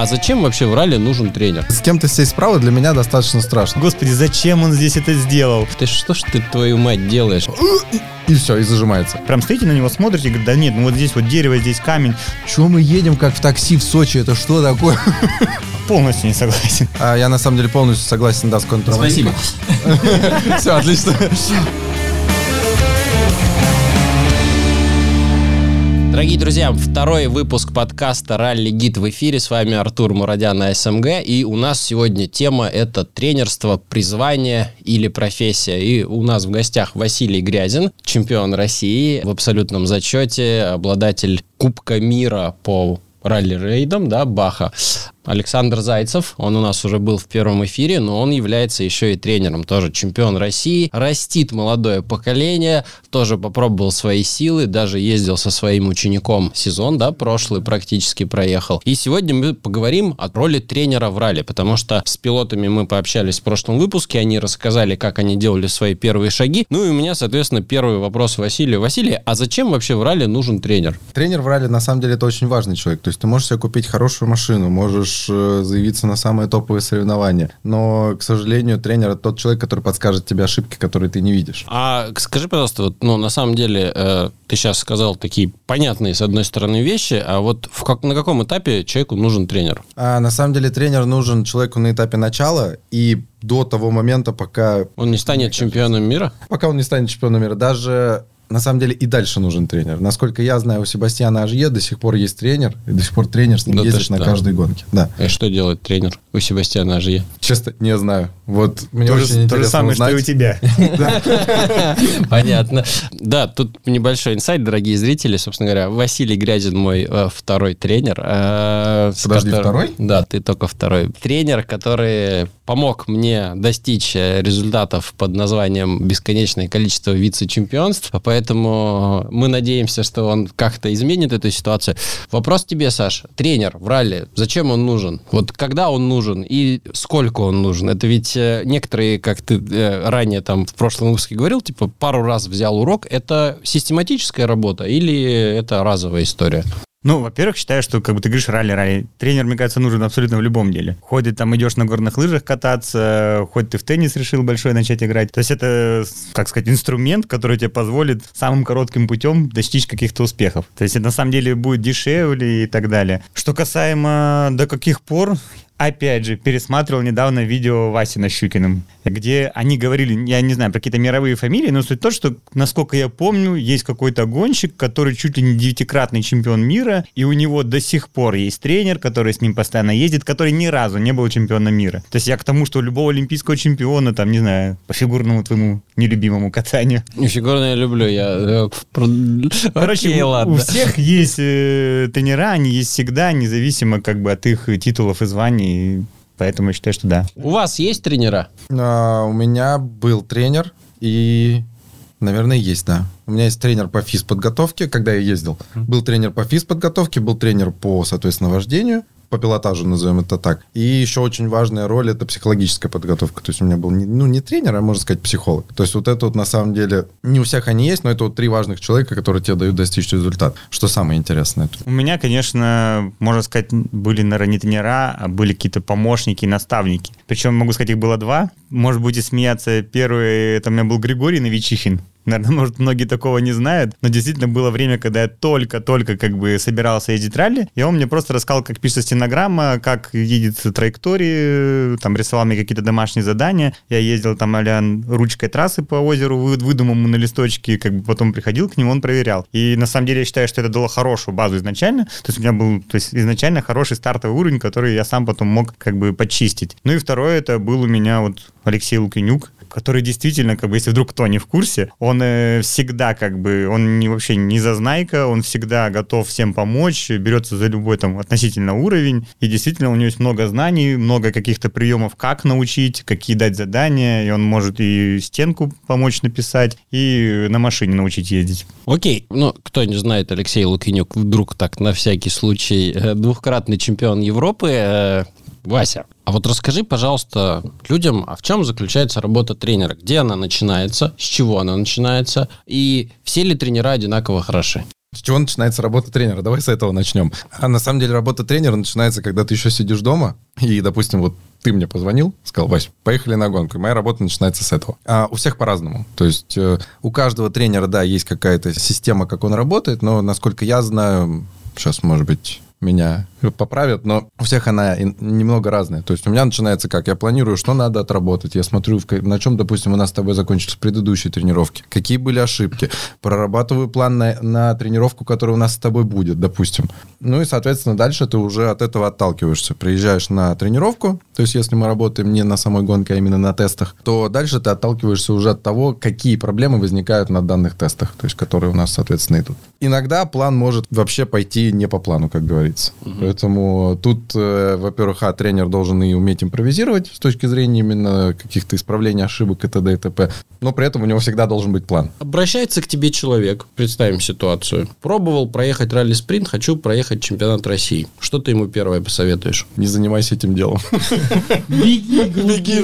А зачем вообще в ралли нужен тренер? С кем-то сесть справа для меня достаточно страшно. Господи, зачем он здесь это сделал? Что ж ты, твою мать, делаешь? И все, и зажимается. Прям стоите на него, смотрите, и говорите, да нет, ну вот здесь вот дерево, здесь камень. Чего мы едем как в такси в Сочи? Это что такое? Полностью не согласен. Я на самом деле полностью согласен, да, с контролем. Спасибо. Все, отлично. Дорогие друзья, второй выпуск подкаста «Ралли Гид» в эфире. С вами Артур Мурадян на СМГ. И у нас сегодня тема – это тренерство, призвание или профессия. И у нас в гостях Василий Грязин, чемпион России в абсолютном зачете, обладатель Кубка мира по ралли-рейдам, да, Баха. Александр Зайцев, он у нас уже был в первом эфире, но он является еще и тренером, тоже чемпион России, растит молодое поколение, тоже попробовал свои силы, даже ездил со своим учеником сезон, да, прошлый практически проехал. И сегодня мы поговорим о роли тренера в ралли, потому что с пилотами мы пообщались в прошлом выпуске, они рассказали, как они делали свои первые шаги. Ну и у меня, соответственно, первый вопрос Василию. Василий, а зачем вообще в ралли нужен тренер? Тренер в ралли, на самом деле, это очень важный человек. То есть ты можешь себе купить хорошую машину, можешь заявиться на самые топовые соревнования. Но, к сожалению, тренер — это тот человек, который подскажет тебе ошибки, которые ты не видишь. А скажи, пожалуйста, вот, на самом деле, ты сейчас сказал такие понятные, с одной стороны, вещи, а вот на каком этапе человеку нужен тренер? На самом деле тренер нужен человеку на этапе начала и до того момента, пока... Он не станет чемпионом мира? Пока он не станет чемпионом мира. Даже... На самом деле и дальше нужен тренер. Насколько я знаю, у Себастьяна Ажье до сих пор есть тренер, и до сих пор тренер с ним ездит на каждой гонке. Да. И что делает тренер у Себастьяна Ажье? Честно, не знаю. Вот мне очень интересно то же самое, узнать. что и у тебя. Понятно. Да, тут небольшой инсайт, дорогие зрители. Собственно говоря, Василий Грязин мой второй тренер. Подожди, второй? Да, ты только второй. Тренер, который помог мне достичь результатов под названием «Бесконечное количество вице-чемпионств». Поэтому мы надеемся, что он как-то изменит эту ситуацию. Вопрос тебе, Саш. Тренер в ралли, зачем он нужен? Вот когда он нужен и сколько он нужен? Это ведь некоторые, как ты ранее там в прошлом выпуске говорил, типа пару раз взял урок. Это систематическая работа или это разовая история? Ну, во-первых, считаю, что, как бы ты говоришь, ралли. Тренер, мне кажется, нужен абсолютно в любом деле. Хоть ты там идешь на горных лыжах кататься, хоть ты в теннис решил большой начать играть. То есть это, как сказать, инструмент, который тебе позволит самым коротким путем достичь каких-то успехов. То есть это на самом деле будет дешевле и так далее. Что касаемо до каких пор... Опять же, пересматривал недавно видео Васи Нащукиным, где они говорили, я не знаю, про какие-то мировые фамилии, но суть в том, что, насколько я помню, есть какой-то гонщик, который чуть ли не 9-кратный чемпион мира, и у него до сих пор есть тренер, который с ним постоянно ездит, который ни разу не был чемпионом мира. То есть я к тому, что у любого олимпийского чемпиона, там, не знаю, по фигурному твоему нелюбимому катанию. Фигурное я люблю, я... Короче, окей, ладно. У всех есть тренера, они есть всегда, независимо как бы от их титулов и званий. И поэтому я считаю, что да. У вас есть тренера? У меня был тренер и, наверное, есть, да. У меня есть тренер по физподготовке, когда я ездил. Был тренер по физподготовке, был тренер по, соответственно, вождению, по пилотажу, назовем это так. И еще очень важная роль — это психологическая подготовка. То есть у меня был не тренер, а, можно сказать, психолог. То есть вот это вот на самом деле, не у всех они есть, но это вот 3 важных человека, которые тебе дают достичь результата. Что самое интересное? У меня, конечно, можно сказать, были, наверное, не тренера, а были какие-то помощники и наставники. Причем, могу сказать, их было 2. Может, будете смеяться. Первый, это у меня был Григорий Новичихин. Наверное, может, многие такого не знают, но действительно было время, когда я только-только как бы собирался ездить ралли, и он мне просто рассказал, как пишется стенограмма, как едет траектории, там рисовал мне какие-то домашние задания. Я ездил там а-ля ручкой трассы по озеру, выдумал ему на листочке, как бы потом приходил к нему, он проверял. И на самом деле я считаю, что это дало хорошую базу изначально. То есть у меня был изначально хороший стартовый уровень, который я сам потом мог как бы почистить. Ну и второе, это был у меня вот Алексей Лукинюк, который действительно, как бы, если вдруг кто не в курсе, он всегда, как бы, он вообще не зазнайка, он всегда готов всем помочь, берется за любой там относительно уровень, и действительно у него есть много знаний, много каких-то приемов, как научить, какие дать задания, и он может и стенку помочь написать, и на машине научить ездить. Окей, кто не знает, Алексей Лукинюк, вдруг так, на всякий случай, 2-кратный чемпион Европы, Вася, а вот расскажи, пожалуйста, людям, а в чем заключается работа тренера? Где она начинается? С чего она начинается? И все ли тренера одинаково хороши? С чего начинается работа тренера? Давай с этого начнем. А на самом деле работа тренера начинается, когда ты еще сидишь дома, и, допустим, вот ты мне позвонил, сказал: Вась, поехали на гонку. И моя работа начинается с этого. А у всех по-разному. То есть у каждого тренера, да, есть какая-то система, как он работает, но, насколько я знаю, сейчас, может быть, меня поправят, но у всех она немного разная. То есть у меня начинается как? Я планирую, что надо отработать. Я смотрю, на чем, допустим, у нас с тобой закончились предыдущие тренировки. Какие были ошибки. Прорабатываю план на тренировку, которая у нас с тобой будет, допустим. Ну и, соответственно, дальше ты уже от этого отталкиваешься. Приезжаешь на тренировку, то есть если мы работаем не на самой гонке, а именно на тестах, то дальше ты отталкиваешься уже от того, какие проблемы возникают на данных тестах, то есть которые у нас, соответственно, идут. Иногда план может вообще пойти не по плану, как говорится. Поэтому тут, во-первых, тренер должен и уметь импровизировать с точки зрения именно каких-то исправлений ошибок и т.д. и т.п. Но при этом у него всегда должен быть план. Обращается к тебе человек, представим ситуацию. Пробовал проехать ралли-спринт, хочу проехать чемпионат России. Что ты ему первое посоветуешь? Не занимайся этим делом. Беги.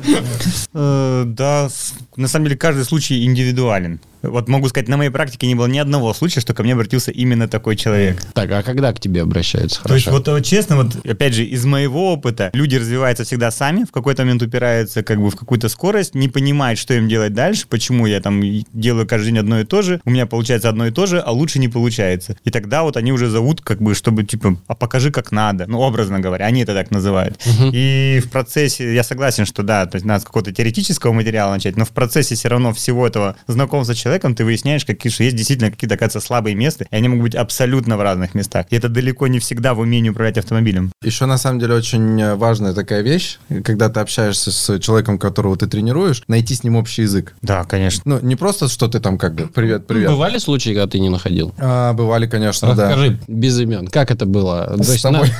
Да, на самом деле каждый случай индивидуален. Вот могу сказать, на моей практике не было ни одного случая, что ко мне обратился именно такой человек. Так, а когда к тебе обращаются? То есть, вот честно, вот опять же, из моего опыта, люди развиваются всегда сами, в какой-то момент упираются как бы в какую-то скорость, не понимают, что им делать дальше, почему я там делаю каждый день одно и то же, у меня получается одно и то же, а лучше не получается. И тогда вот они уже зовут как бы, чтобы типа, а покажи как надо, ну, образно говоря, они это так называют. И в процессе, я согласен, что да, то есть надо с какого-то теоретического материала начать, но в процессе все равно всего этого знакомства с человеком ты выясняешь, что есть действительно какие-то, оказывается, слабые места, и они могут быть абсолютно в разных местах. И это далеко не всегда в умении управлять автомобилем. Еще, на самом деле, очень важная такая вещь, когда ты общаешься с человеком, которого ты тренируешь, найти с ним общий язык. Да, конечно. Ну, не просто, что ты там как бы «Привет». Бывали случаи, когда ты не находил? Бывали, конечно, да. Расскажи без имен, как это было? С тобой.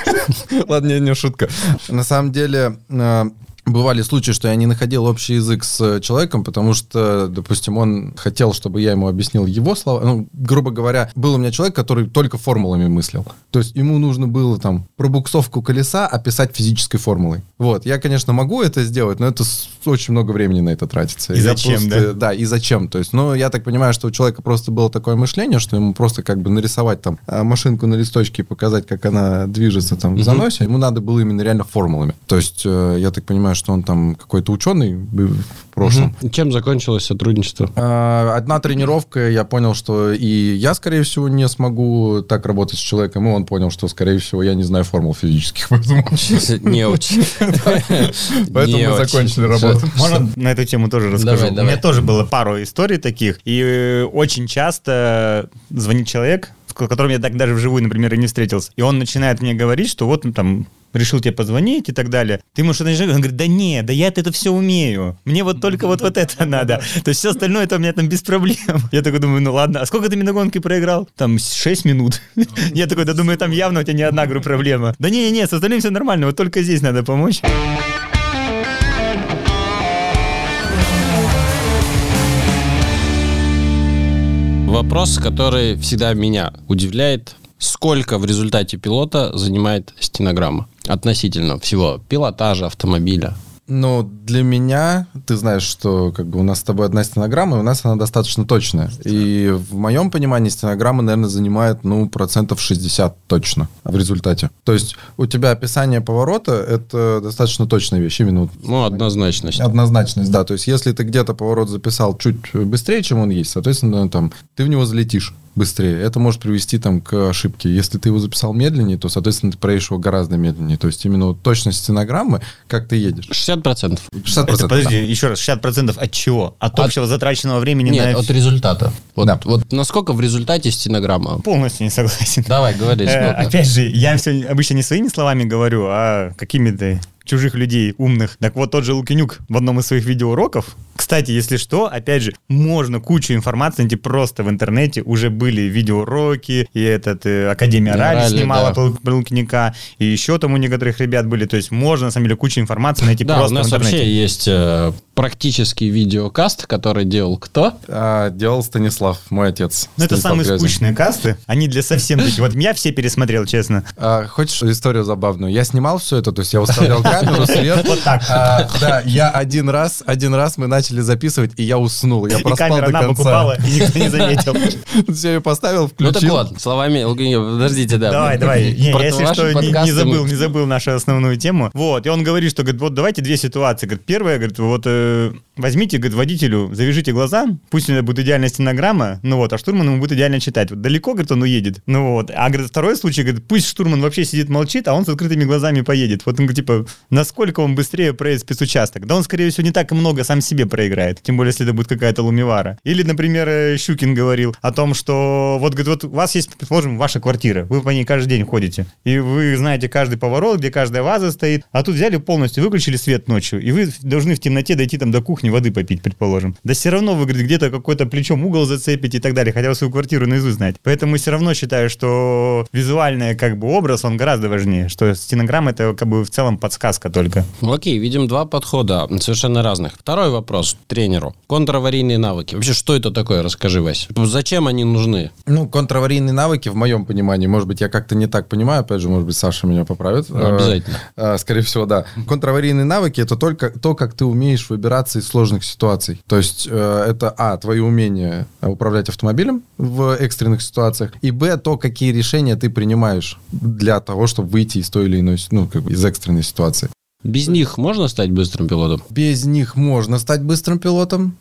Ладно, не шутка. На самом деле... Бывали случаи, что я не находил общий язык с человеком, потому что, допустим, он хотел, чтобы я ему объяснил его слова. Ну, грубо говоря, был у меня человек, который только формулами мыслил. То есть ему нужно было там пробуксовку колеса описать физической формулой. Вот. Я, конечно, могу это сделать, но это очень много времени на это тратится. И зачем, да? Да, и зачем. То есть, ну, я так понимаю, что у человека просто было такое мышление, что ему просто как бы нарисовать там машинку на листочке и показать, как она движется там в заносе. Ему надо было именно реально формулами. То есть, я так понимаю, что он там какой-то ученый в прошлом. Чем закончилось сотрудничество? Одна тренировка, я понял, что и я, скорее всего, не смогу так работать с человеком, и он понял, что, скорее всего, я не знаю формул физических. Не очень. Поэтому мы закончили работу. Можно на эту тему тоже расскажу? У меня тоже было пару историй таких, и очень часто звонит человек, с которым я так даже вживую, например, и не встретился, и он начинает мне говорить, что вот там решил тебе позвонить и так далее. Ты ему что-то начинаешь, он говорит, да не, да я это все умею. Мне вот только вот это надо. То есть все остальное это у меня там без проблем. Я такой думаю, ну ладно, а сколько ты мне на гонке проиграл? Там 6 минут. Я такой, да думаю, там явно у тебя не одна, говорю, проблема. Да не, с остальным все нормально, вот только здесь надо помочь. Вопрос, который всегда меня удивляет. Сколько в результате пилота занимает стенограмма относительно всего пилотажа автомобиля? Ну, для меня, ты знаешь, что как бы у нас с тобой одна стенограмма, и у нас она достаточно точная. И в моем понимании стенограмма, наверное, занимает, 60% точно в результате. То есть у тебя описание поворота — это достаточно точная вещь. Именно однозначность. Однозначность, да. То есть если ты где-то поворот записал чуть быстрее, чем он есть, соответственно, там, ты в него залетишь быстрее. Это может привести там к ошибке. Если ты его записал медленнее, то, соответственно, ты проедешь его гораздо медленнее. То есть именно точность стенограммы, как ты едешь. 60%. 60%. Это, подожди, еще раз, 60% от чего? От общего затраченного времени? Нет, от результата. Да. Вот насколько в результате стенограмма? Полностью не согласен. Давай, говори. Опять же, я все обычно не своими словами говорю, а какими-то чужих людей умных. Так вот, тот же Лукинюк в одном из своих видеоуроков, кстати, если что, опять же, можно кучу информации найти просто в интернете. Уже были видеоуроки, и Академия ралли снимала про Лукинюка, и еще там у некоторых ребят были. То есть можно, на самом деле, кучу информации найти просто в интернете. Да, у нас вообще есть практический видеокаст, который делал кто? Делал Станислав, мой отец. Ну, это самые скучные касты. Они для совсем таких. Вот я все пересмотрел, честно. Хочешь историю забавную? Я снимал все это, то есть я выставлял камеру, свет. Вот так. Да, я один раз мы начали начали записывать, и я уснул. Я проспал камера до нам конца. покупала, и никто не заметил. Я ее поставил, Ну включил. так вот, словами, подождите, да. Давай. Не, Про я, если ваши что, не подкасты не забыл нашу основную тему. Вот, и он говорит, что, говорит, вот давайте две ситуации. Говорит, первая, говорит, вот возьмите, говорит, водителю, завяжите глаза, пусть у него будет идеальная стенограмма, ну вот, а штурман ему будет идеально читать. Вот далеко, говорит, он уедет. Ну вот. А, говорит, второй случай, говорит, пусть штурман вообще сидит, молчит, а он с открытыми глазами поедет. Вот он говорит, типа, насколько он быстрее проедет спецучасток? Да он, скорее всего, не так и много сам себе проиграет. Тем более, если это будет какая-то лумивара. Или, например, Щукин говорил о том, что вот, говорит, вот у вас есть, предположим, ваша квартира, вы по ней каждый день ходите, и вы знаете каждый поворот, где каждая ваза стоит, а тут взяли полностью, выключили свет ночью, и вы должны в темноте дойти там до кухни воды попить, предположим. Да все равно вы, говорит, где-то какой-то плечом угол зацепите и так далее, хотя вы свою квартиру наизусть знаете. Поэтому все равно считаю, что визуальный как бы образ, он гораздо важнее, что стенограмма это как бы в целом подсказка только. Окей, видим два подхода, совершенно разных. Второй вопрос тренеру. Контраварийные навыки. Вообще, что это такое? Расскажи, Вась. Зачем они нужны? Ну, контраварийные навыки, в моем понимании, может быть, я как-то не так понимаю, опять же, может быть, Саша меня поправит. Обязательно. Скорее всего, да. Контраварийные навыки — это только то, как ты умеешь выбираться из сложных ситуаций. То есть это, твои умения управлять автомобилем в экстренных ситуациях, и, то, какие решения ты принимаешь для того, чтобы выйти из той или иной, из экстренной ситуации. Без них можно стать быстрым пилотом? Без них можно стать быстрым пилотом,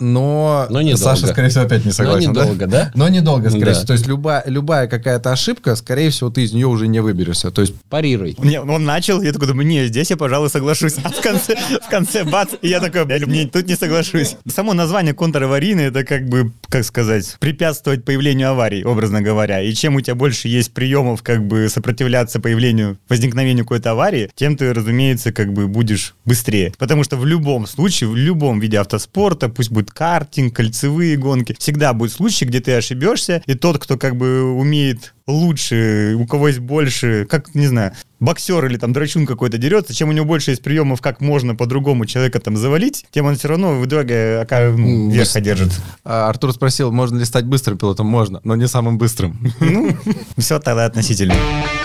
но недолго. Саша, скорее всего, опять не согласен. Но недолго, да? Но недолго, скорее Да. всего. То есть любая какая-то ошибка, скорее всего, ты из нее уже не выберешься. То есть Парируй. Не, он начал, я такой думаю, не, здесь я, пожалуй, соглашусь. А в конце бац, и я такой, не, тут не соглашусь. Само название контраварийное, это как бы, как сказать, препятствовать появлению аварий, образно говоря. И чем у тебя больше есть приемов, как бы сопротивляться возникновению какой-то аварии, тем ты, разумеется, как бы будешь быстрее. Потому что в любом случае, в любом виде автоспорта, пусть будет картинг, кольцевые гонки, всегда будет случай, где ты ошибешься, и тот, кто как бы умеет лучше, у кого есть больше, как, не знаю, боксер или там драчун какой-то дерется, чем у него больше есть приемов, как можно по-другому человека там завалить, тем он все равно в итоге верх одержит. Артур спросил, можно ли стать быстрым пилотом? Можно, но не самым быстрым. Ну, все тогда относительно.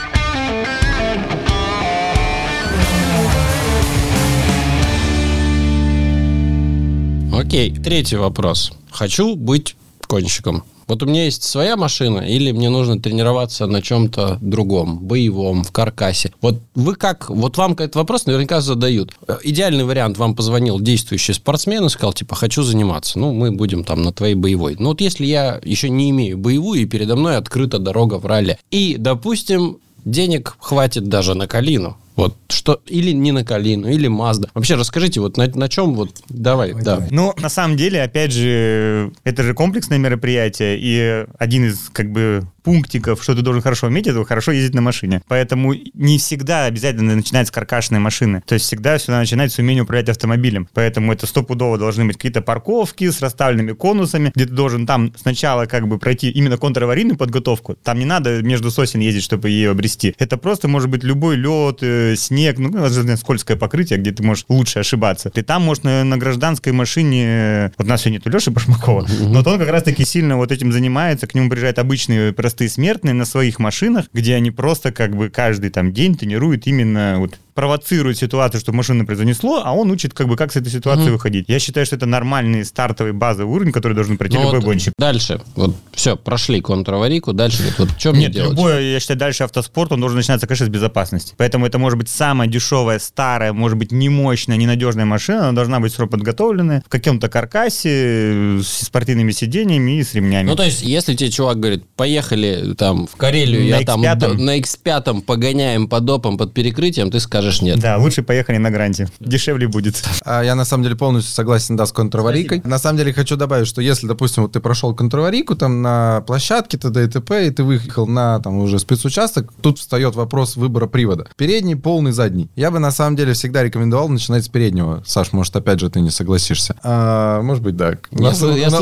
Окей, третий вопрос. Хочу быть гонщиком. Вот у меня есть своя машина, или мне нужно тренироваться на чем-то другом, боевом, в каркасе. Вот вы как? Вот вам этот вопрос наверняка задают. Идеальный вариант: вам позвонил действующий спортсмен и сказал, типа, хочу заниматься. Ну, мы будем там на твоей боевой. Но вот если я еще не имею боевую, и передо мной открыта дорога в ралли, и, допустим, денег хватит даже на Калину. Вот что, или не на Калину, или Мазда. Вообще расскажите, вот на чем вот, давай. Ну, на самом деле, опять же, это же комплексное мероприятие, и один из, как бы, пунктиков, что ты должен хорошо уметь, это хорошо ездить на машине. Поэтому не всегда обязательно начинать с каркашной машины. То есть всегда начинать с умения управлять автомобилем. Поэтому это стопудово должны быть какие-то парковки с расставленными конусами, где ты должен там сначала как бы пройти именно контраварийную подготовку. Там не надо между сосен ездить, чтобы ее обрести. Это просто может быть любой лед, снег, скользкое покрытие, где ты можешь лучше ошибаться. Ты там можешь на гражданской машине, вот у нас сегодня нету Леши Башмакова, но он как раз-таки сильно вот этим занимается, к нему приезжают обычные простые смертные на своих машинах, где они просто как бы каждый там день тренируют именно вот провоцирует ситуацию, чтобы машину, например, занесло, а он учит, как бы, как с этой ситуации выходить. Я считаю, что это нормальный стартовый базовый уровень, который должен пройти любой гонщик. Дальше, вот все, прошли контраварийку, дальше вот что мне делать? Любой, я считаю, дальше автоспорт, он должен начинаться, конечно, с безопасности. Поэтому это может быть самая дешевая, старая, может быть, немощная, ненадежная машина, она должна быть срок подготовленная, в каком-то каркасе, с спортивными сиденьями и с ремнями. Ну, то есть, если тебе чувак говорит, поехали там в Карелию, я там на X5 погоняем по допам под перекрытием, ты скажешь нет. Да, лучше поехали на Гранте. Дешевле будет. Я, на самом деле, полностью согласен, да, с контраварийкой. На самом деле, хочу добавить, что если, допустим, вот ты прошел контраварийку там на площадке т.д. и т.п., и ты выехал на там уже спецучасток, тут встает вопрос выбора привода. Передний, полный, задний. Я бы, на самом деле, всегда рекомендовал начинать с переднего. Саш, может, опять же, ты не согласишься. Может быть, да. Я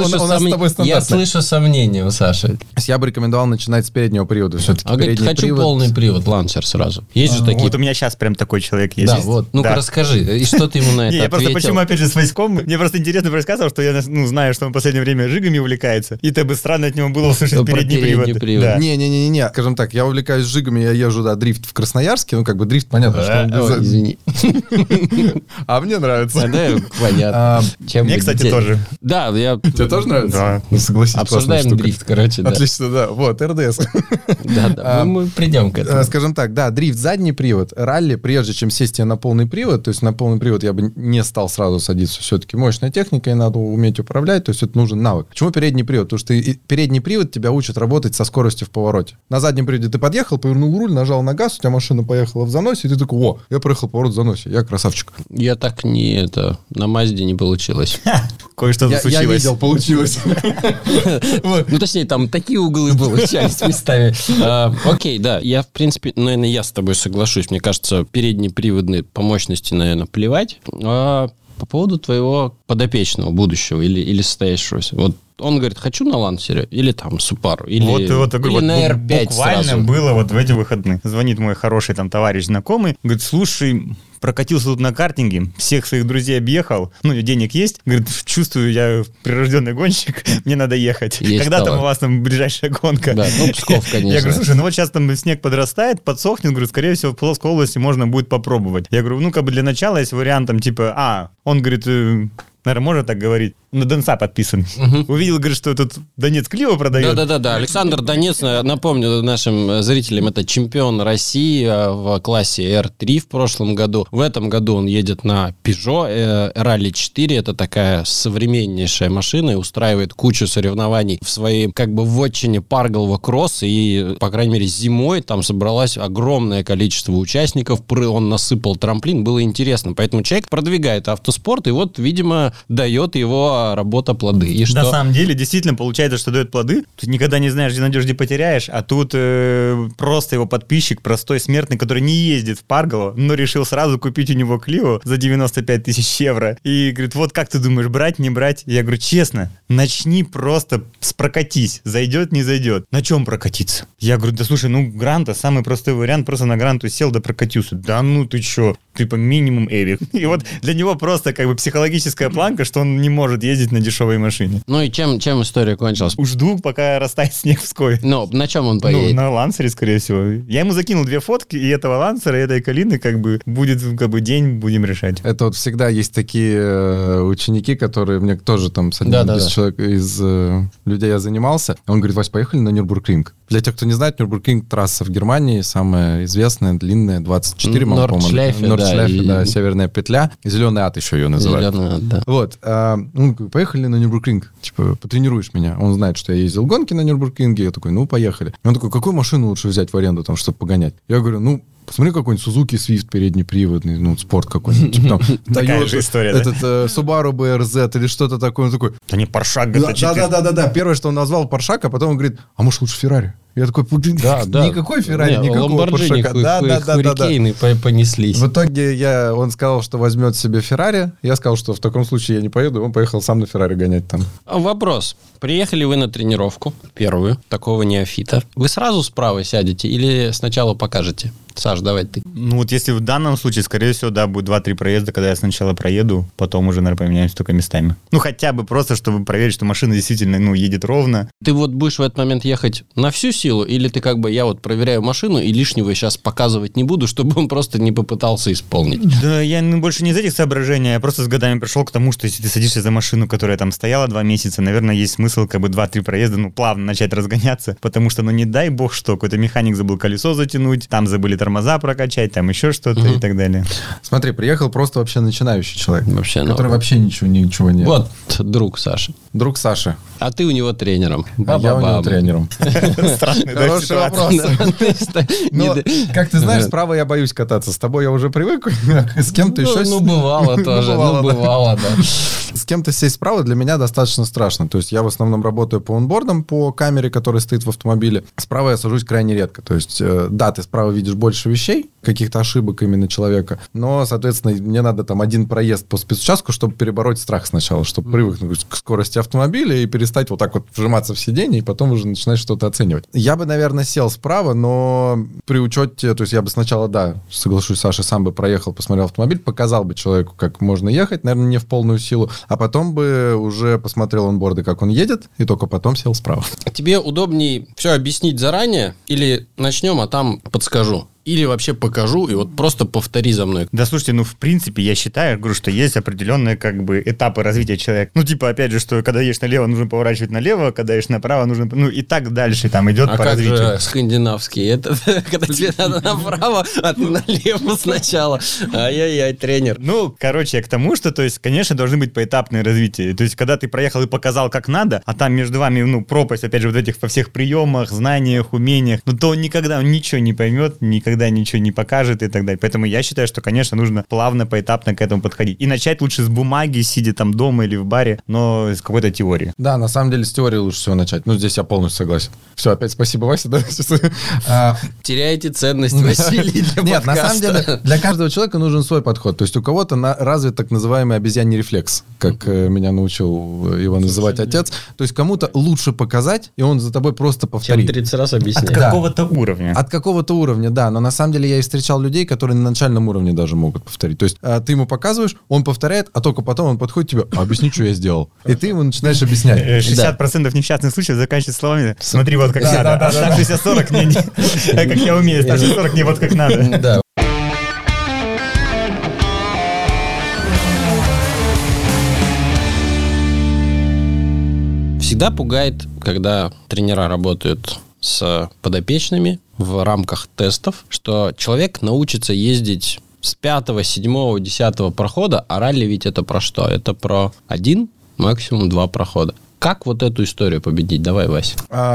слышу сомнения у Саши. Я бы рекомендовал начинать с переднего привода. Все-таки говорит, хочу полный привод, Лансер сразу. Есть же такие. Вот у меня сейчас прям такой такой человек есть. Да, вот. Ну-ка расскажи, и что ты ему на это Я просто ответил? почему, опять же, с Васьком, мне просто интересно рассказывал, что я знаю, что он в последнее время жигами увлекается, и бы странно от него было услышать передний привод. Да. Не-не-не, скажем так, я увлекаюсь жигами, я езжу, дрифт в Красноярске, ну, дрифт, понятно, что... Извини. А мне нравится. Да, понятно. Мне, кстати, тоже. Да, я... Тебе тоже нравится? Да. Ну, согласись, Обсуждаем дрифт, короче, да. Отлично, да. Вот, РДС. Да, мы придем к этому. Скажем так, да, дрифт задний привод, ралли, прежде чем сесть на полный привод, то есть на полный привод я бы не стал сразу садиться, все-таки мощная техника, и надо уметь управлять, то есть это нужен навык. Почему передний привод? Потому что передний привод тебя учит работать со скоростью в повороте. На заднем приводе ты подъехал, повернул руль, нажал на газ, у тебя машина поехала в заносе, и ты такой, о, я проехал поворот в заносе, я красавчик. Я так на Мазде не получилось. Кое-что случилось. Я видел, получилось. Ну, точнее, там такие углы получались местами. Окей, да, я, в принципе, наверное, я с тобой соглашусь. Мне кажется, переднеприводные по мощности, наверное, плевать. А по поводу твоего подопечного будущего или состоящегося, вот он говорит, хочу на Лансере, или там Subaru, или на R5 буквально сразу. было вот в эти выходные. Звонит мой хороший там товарищ знакомый, говорит, слушай, прокатился тут на картинге, всех своих друзей объехал, денег есть, говорит, чувствую, я прирожденный гонщик, мне надо ехать. Есть Когда талант. там у вас там ближайшая гонка? Да, Псков, конечно. Я говорю, слушай, вот сейчас там снег подрастает, подсохнет, говорю, скорее всего, в Плоской области можно будет попробовать. Я говорю, для начала есть вариант там типа, он говорит, наверное, можно так говорить, на Донца подписан. Увидел, говорит, что тут Донец Клио продает. Да. Александр Донец, напомню нашим зрителям, это чемпион России в классе R3 в прошлом году. В этом году он едет на Peugeot Rally 4. Это такая современнейшая машина и устраивает кучу соревнований в своей вотчине Парголова Кросс. И, по крайней мере, зимой там собралось огромное количество участников. Он насыпал трамплин. Было интересно. Поэтому человек продвигает автоспорт. И вот, видимо, дает его работа плоды. И что? На самом деле, действительно, получается, что дает плоды. Ты никогда не знаешь, где найдешь, где потеряешь. А тут просто его подписчик, простой смертный, который не ездит в Парголово, но решил сразу купить у него Клио за 95 тысяч евро. И говорит, вот как ты думаешь, брать, не брать? Я говорю, честно, начни просто прокатись. Зайдет, не зайдет. На чем прокатиться? Я говорю, да слушай, Гранта, самый простой вариант, просто на Гранту сел, да прокатился. Да ты че? Типа минимум Эвик. И вот для него просто психологическая планка, что он не может ездить на дешевой машине. Ну и чем история кончилась? Жду, пока растает снег в Пскове. Ну, на чем он поедет? На Лансере, скорее всего. Я ему закинул 2 фотки, и этого Лансера, и этой Калины, будет день, будем решать. Это вот всегда есть такие ученики, которые мне тоже там с одним из человек из людей я занимался. Он говорит, Вась, поехали на Нюрбургринг. Для тех, кто не знает, Нюрбургринг трасса в Германии, самая известная, длинная, 24, Нордшляйфе, да, северная петля. Зеленый ад еще ее называют. Зеленый ад, да. Вот. Поехали на Нюрбургринг. Потренируешь меня. Он знает, что я ездил в гонки на Нюрбургринге. Я такой, поехали. И он такой, какую машину лучше взять в аренду, чтобы погонять? Я говорю, посмотри, какой-нибудь Suzuki Swift переднеприводный, спорт какой-нибудь. Такая же история, да? Этот Subaru BRZ или что-то такое. Он такой... Да не, Паршак GT4. Да. Первое, что он назвал Паршак, а потом он говорит, а может лучше Феррари? Я такой, никакой Феррари, никакого Паршака. Да. Хурикейны понеслись. В итоге он сказал, что возьмет себе Феррари. Я сказал, что в таком случае я не поеду. Он поехал сам на Феррари гонять там. Вопрос. Приехали вы на тренировку, первую, такого неофита. Вы сразу справа сядете или сначала покажете? Саш, давай ты. Если в данном случае, скорее всего, да, будет 2-3 проезда, когда я сначала проеду, потом уже, наверное, поменяемся только местами. Хотя бы просто, чтобы проверить, что машина действительно, едет ровно. Ты будешь в этот момент ехать на всю силу, или ты я проверяю машину и лишнего сейчас показывать не буду, чтобы он просто не попытался исполнить? Да, я больше не из этих соображений, я просто с годами пришел к тому, что если ты садишься за машину, которая там стояла 2 месяца, наверное, есть смысл 2-3 проезда, плавно начать разгоняться, потому что, не дай бог что, какой-то механик забыл колесо затянуть, там забыли тормоза прокачать, там еще что-то и так далее. Смотри, приехал просто вообще начинающий человек, который вообще ничего не... Вот друг Саши. Друг Саши. А ты у него тренером. Я у него тренером. Странный, Хороший вопрос. Как ты знаешь, справа я боюсь кататься. С тобой я уже привык. С кем-то еще... Бывало тоже. Бывало, да. С кем-то сесть справа для меня достаточно страшно. То есть я в основном работаю по онбордам, по камере, которая стоит в автомобиле. Справа я сажусь крайне редко. То есть, да, ты справа видишь больше вещей, каких-то ошибок именно человека. Но, соответственно, мне надо там один проезд по спецучастку, чтобы перебороть страх сначала, чтобы привыкнуть к скорости автомобиля и перестать вот так вот вжиматься в сиденье, и потом уже начинать что-то оценивать. Я бы, наверное, сел справа, но при учете, то есть я бы сначала, да, соглашусь, Саша, сам бы проехал, посмотрел автомобиль, показал бы человеку, как можно ехать, наверное, не в полную силу, а потом бы уже посмотрел онборды, как он едет, и только потом сел справа. Тебе удобней все объяснить заранее или начнем, а там подскажу? Или вообще покажу, и вот просто повтори за мной. Да, слушайте, ну, в принципе, я считаю, говорю, что есть определенные, как бы, этапы развития человека. Ну, типа, опять же, что когда едешь налево, нужно поворачивать налево, когда едешь направо, нужно... Ну, и так дальше там идет по развитию. А как же скандинавский? Это когда тебе надо направо, а ты налево сначала. Ай-яй-яй, тренер. Ну, короче, я к тому, что, то есть, конечно, должны быть поэтапные развития. То есть, когда ты проехал и показал, как надо, а там между вами, ну, пропасть, опять же, вот этих во всех приемах, знаниях, умениях, ну, то он никогда ничего не поймет, никогда ничего не покажет и так далее. Поэтому я считаю, что, конечно, нужно плавно, поэтапно к этому подходить. И начать лучше с бумаги, сидя там дома или в баре, но с какой-то теории. Да, на самом деле с теории лучше всего начать. Ну, здесь я полностью согласен. Все, опять спасибо, Вася. Да? Теряете ценность, Василий, для Нет, подкаста. на самом деле, для каждого человека нужен свой подход. То есть у кого-то развит так называемый обезьяний рефлекс, как меня научил его называть отец. То есть кому-то лучше показать, и он за тобой просто повторит. Чем 30 раз объяснять. От какого-то уровня. От какого-то уровня, да. Но на самом деле я и встречал людей, которые на начальном уровне даже могут повторить. То есть ты ему показываешь, он повторяет, а только потом он подходит к тебе, объясни, что я сделал. И ты ему начинаешь объяснять. 60% несчастных случаев заканчиваются словами «смотри, вот как надо». Оставшиеся 40 не как я умею, оставшиеся 40 не вот как надо. Да. Всегда пугает, когда тренера работают с подопечными в рамках тестов, что человек научится ездить с 5, 7, 10 прохода, а ралли ведь это про что? Это про 1, максимум 2 прохода. Как вот эту историю победить? Давай, Вася.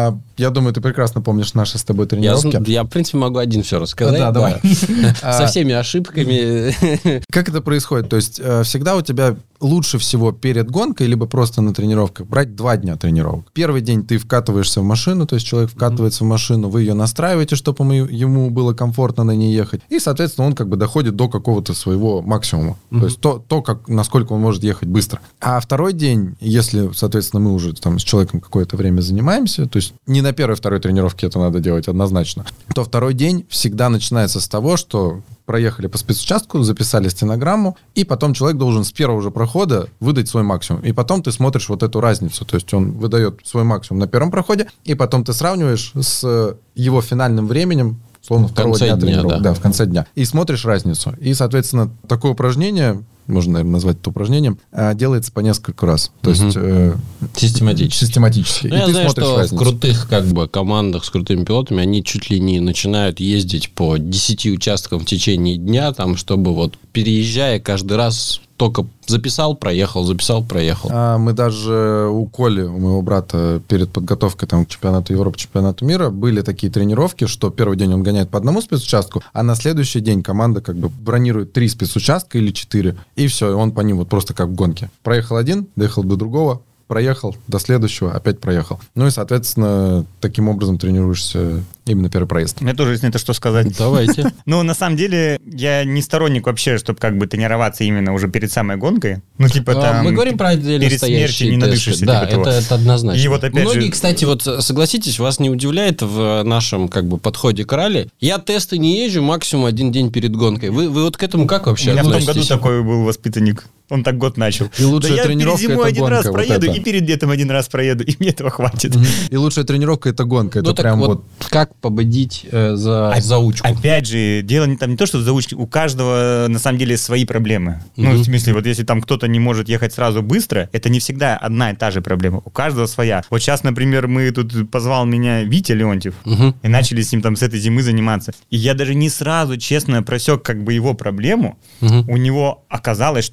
Я думаю, ты прекрасно помнишь наши с тобой тренировки. Я в принципе, могу один все рассказать. Да, давай. Со всеми ошибками. Как это происходит? То есть всегда у тебя лучше всего перед гонкой, либо просто на тренировках, брать 2 дня тренировок. Первый день ты вкатываешься в машину, то есть человек вкатывается в машину, вы ее настраиваете, чтобы ему было комфортно на ней ехать. И, соответственно, он как бы доходит до какого-то своего максимума. То есть насколько он может ехать быстро. А второй день, если, соответственно, мы уже там с человеком какое-то время занимаемся, то есть не на первой-второй тренировке это надо делать однозначно, то второй день всегда начинается с того, что проехали по спецучастку, записали стенограмму, и потом человек должен с первого же прохода выдать свой максимум. И потом ты смотришь вот эту разницу. То есть он выдает свой максимум на первом проходе, и потом ты сравниваешь с его финальным временем, словно второго дня тренировок. Да, в конце дня. И смотришь разницу. И, соответственно, такое упражнение, можно, наверное, назвать это упражнением, делается по несколько раз. То есть систематически. Ну, я знаю, что разницу. В крутых как бы командах с крутыми пилотами они чуть ли не начинают ездить по 10 участкам в течение дня, там, чтобы вот переезжая каждый раз только записал, проехал, записал, проехал. Мы даже у Коли, у моего брата, перед подготовкой там, к чемпионату Европы, чемпионату мира, были такие тренировки, что первый день он гоняет по одному спецучастку, а на следующий день команда как бы бронирует 3 спецучастка или 4, и все, он по ним вот просто как в гонке. Проехал один, доехал до другого, проехал, до следующего, опять проехал. Ну и, соответственно, таким образом тренируешься именно первый проезд. Мне тоже есть на это что сказать. Давайте. Ну, на самом деле, я не сторонник вообще, чтобы как бы тренироваться именно уже перед самой гонкой. Ну, типа там... Мы говорим про отдельно перед смертью не надышишься. Да, типа это однозначно. И вот опять многие, же... кстати, вот согласитесь, вас не удивляет в нашем как бы подходе к ралли. Я тесты не езжу максимум 1 день перед гонкой. Вы вот к этому как вообще относитесь? У меня в том году такой был воспитанник. Он так год начал. И лучшая тренировка это гонка. Я перед зимой 1 раз проеду, вот и перед летом 1 раз проеду, и мне этого хватит. И лучшая тренировка это гонка. Это ну, прям вот... Как победить за заучку? Опять же, дело не то, что заучки. У каждого, на самом деле, свои проблемы. Ну, в смысле, вот если там кто-то не может ехать сразу быстро, это не всегда одна и та же проблема. У каждого своя. Вот сейчас, например, позвал меня Витя Леонтьев, и начали с ним там с этой зимы заниматься. И я даже не сразу, честно, просек как бы его проблему. У него оказалось, что у него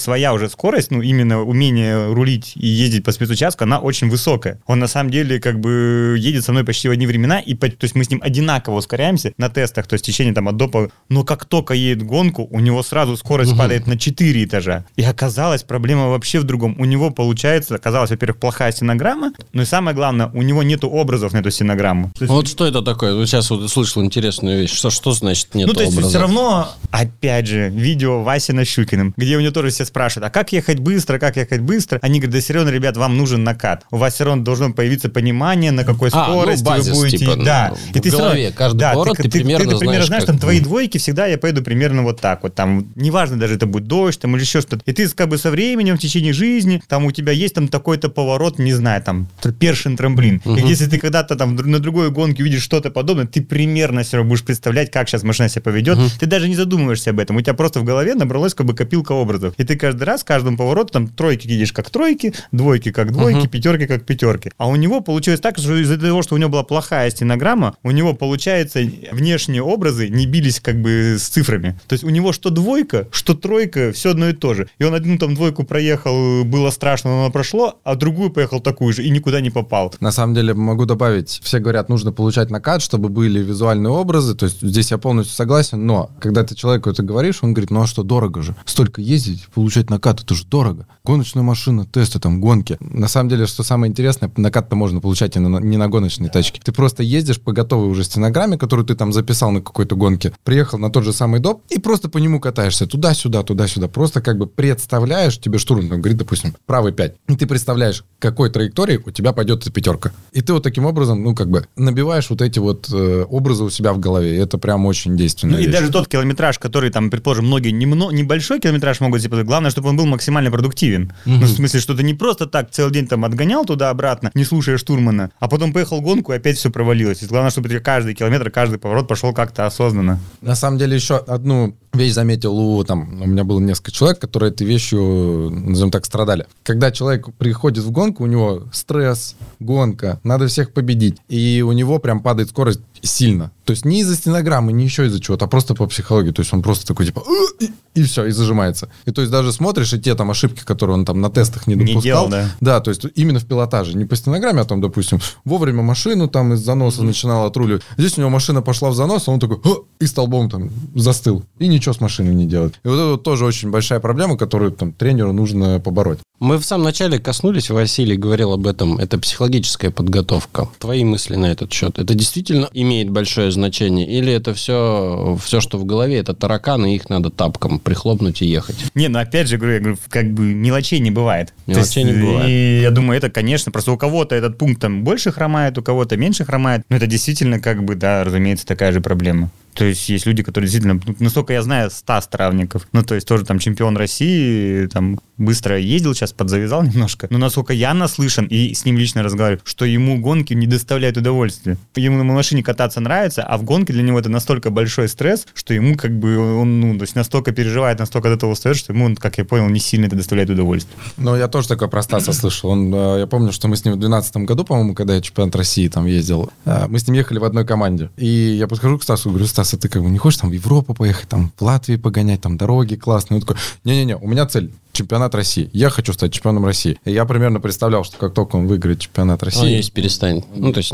своя уже скорость, ну, именно умение рулить и ездить по спецучастку, она очень высокая. Он на самом деле как бы едет со мной почти в одни времена, и то есть мы с ним одинаково ускоряемся на тестах, то есть в течение там от до, но как только едет гонку, у него сразу скорость падает на 4 этажа. И оказалось, проблема вообще в другом. У него получается, оказалось, во-первых, плохая стенограмма, но и самое главное, у него нету образов на эту стенограмму. Вот что это такое? Вот сейчас вот услышал интересную вещь. Что значит нет образов? Ну, то есть все равно, опять же, видео Васи Нащукиным, где у него тоже все спрашивают, а как ехать быстро, Они говорят, да все равно, ребят, вам нужен накат. У вас все равно должно появиться понимание, на какой скорости базис, вы будете. Типа, да. И ты в голове каждый поворот ты примерно знаешь, там твои двойки всегда я поеду примерно вот так вот. Там, неважно, даже это будет дождь там, или еще что-то. И ты как бы со временем, в течение жизни, там у тебя есть там такой-то поворот, не знаю, там, Першин трамплин. И если ты когда-то там на другой гонке увидишь что-то подобное, ты примерно все равно будешь представлять, как сейчас машина себя поведет. Ты даже не задумываешься об этом. У тебя просто в голове набралась как бы копилка образов. И ты каждый раз, каждому повороту там тройки едешь как тройки, двойки как двойки, пятерки как пятерки. А у него получилось так, что из-за того, что у него была плохая стенограмма, у него, получается, внешние образы не бились как бы с цифрами. То есть у него что двойка, что тройка, все одно и то же. И он одну там двойку проехал, было страшно, но оно прошло, а другую поехал такую же и никуда не попал. На самом деле могу добавить, все говорят, нужно получать накат, чтобы были визуальные образы, то есть здесь я полностью согласен, но когда ты человеку это говоришь, он говорит, ну а что, дорого же, столько ездить, получать накат, это же дорого. Гоночная машина, тесты, там, гонки. На самом деле, что самое интересное, накат-то можно получать и не на гоночной тачке. Ты просто ездишь по готовой уже стенограмме, которую ты там записал на какой-то гонке, приехал на тот же самый доп и просто по нему катаешься туда-сюда, туда-сюда. Просто как бы представляешь, тебе штурман там говорит, допустим, правый 5. И ты представляешь, какой траектории у тебя пойдет эта пятерка. И ты вот таким образом, ну, как бы набиваешь вот эти вот образы у себя в голове. И это прям очень действенно. Ну, и даже тот километраж, который там, предположим, многие небольшой километраж могут себе, главное, чтобы он был максимально продуктивен. Ну, в смысле, что ты не просто так целый день там отгонял туда-обратно, не слушая штурмана, а потом поехал гонку, и опять все провалилось. И главное, чтобы каждый километр, каждый поворот пошел как-то осознанно. На самом деле, еще одну вещь заметил у меня было несколько человек, которые этой вещью, назовем так, страдали. Когда человек приходит в гонку, у него стресс, гонка, надо всех победить, и у него прям падает скорость сильно. То есть не из-за стенограммы, не еще из-за чего-то, а просто по психологии. То есть он просто такой типа и все, и зажимается. И то есть даже смотришь, и те там ошибки, которые он там на тестах не допускал. Не делал, да. Да, то есть именно в пилотаже. Не по стенограмме, а там, допустим, вовремя машину там из заноса начинал отруливать. Здесь у него машина пошла в занос, а он такой и столбом там застыл. И ничего с машиной не делает. И вот это вот тоже очень большая проблема, которую там тренеру нужно побороть. Мы в самом начале коснулись, Василий говорил об этом, это психологическая подготовка. Твои мысли на этот счет? Это действительно имеет большое значение? Или это все, что в голове, это тараканы, их надо тапком прихлопнуть и ехать? Не, ну опять же, я говорю, как бы мелочей не бывает. Мелочей не бывает. И я думаю, это, конечно, просто у кого-то этот пункт там больше хромает, у кого-то меньше хромает. Но это действительно, как бы, да, разумеется, такая же проблема. То есть есть люди, которые действительно, насколько я знаю, Стас Травников, ну, то есть тоже там чемпион России, там быстро ездил, сейчас подзавязал немножко, но насколько я наслышан и с ним лично разговариваю, что ему гонки не доставляют удовольствия. Ему на машине кататься нравится, а в гонке для него это настолько большой стресс, что ему как бы он, то есть настолько переживает, настолько от этого устает, что ему, как я понял, не сильно это доставляет удовольствие. Ну, я тоже такое про Стаса слышал. Я помню, что мы с ним в 2012 году, по-моему, когда я чемпионат России там ездил, мы с ним ехали в одной команде. И я подхожу к Стасу и говорю, Стас, а ты как бы не хочешь там в Европу поехать, там в Латвии погонять, там дороги классные? Он такой, не-не-не, у меня цель чемпионат России. Я хочу стать чемпионом России. И я примерно представлял, что как только он выиграет чемпионат России... Он есть перестанет. Ну, то есть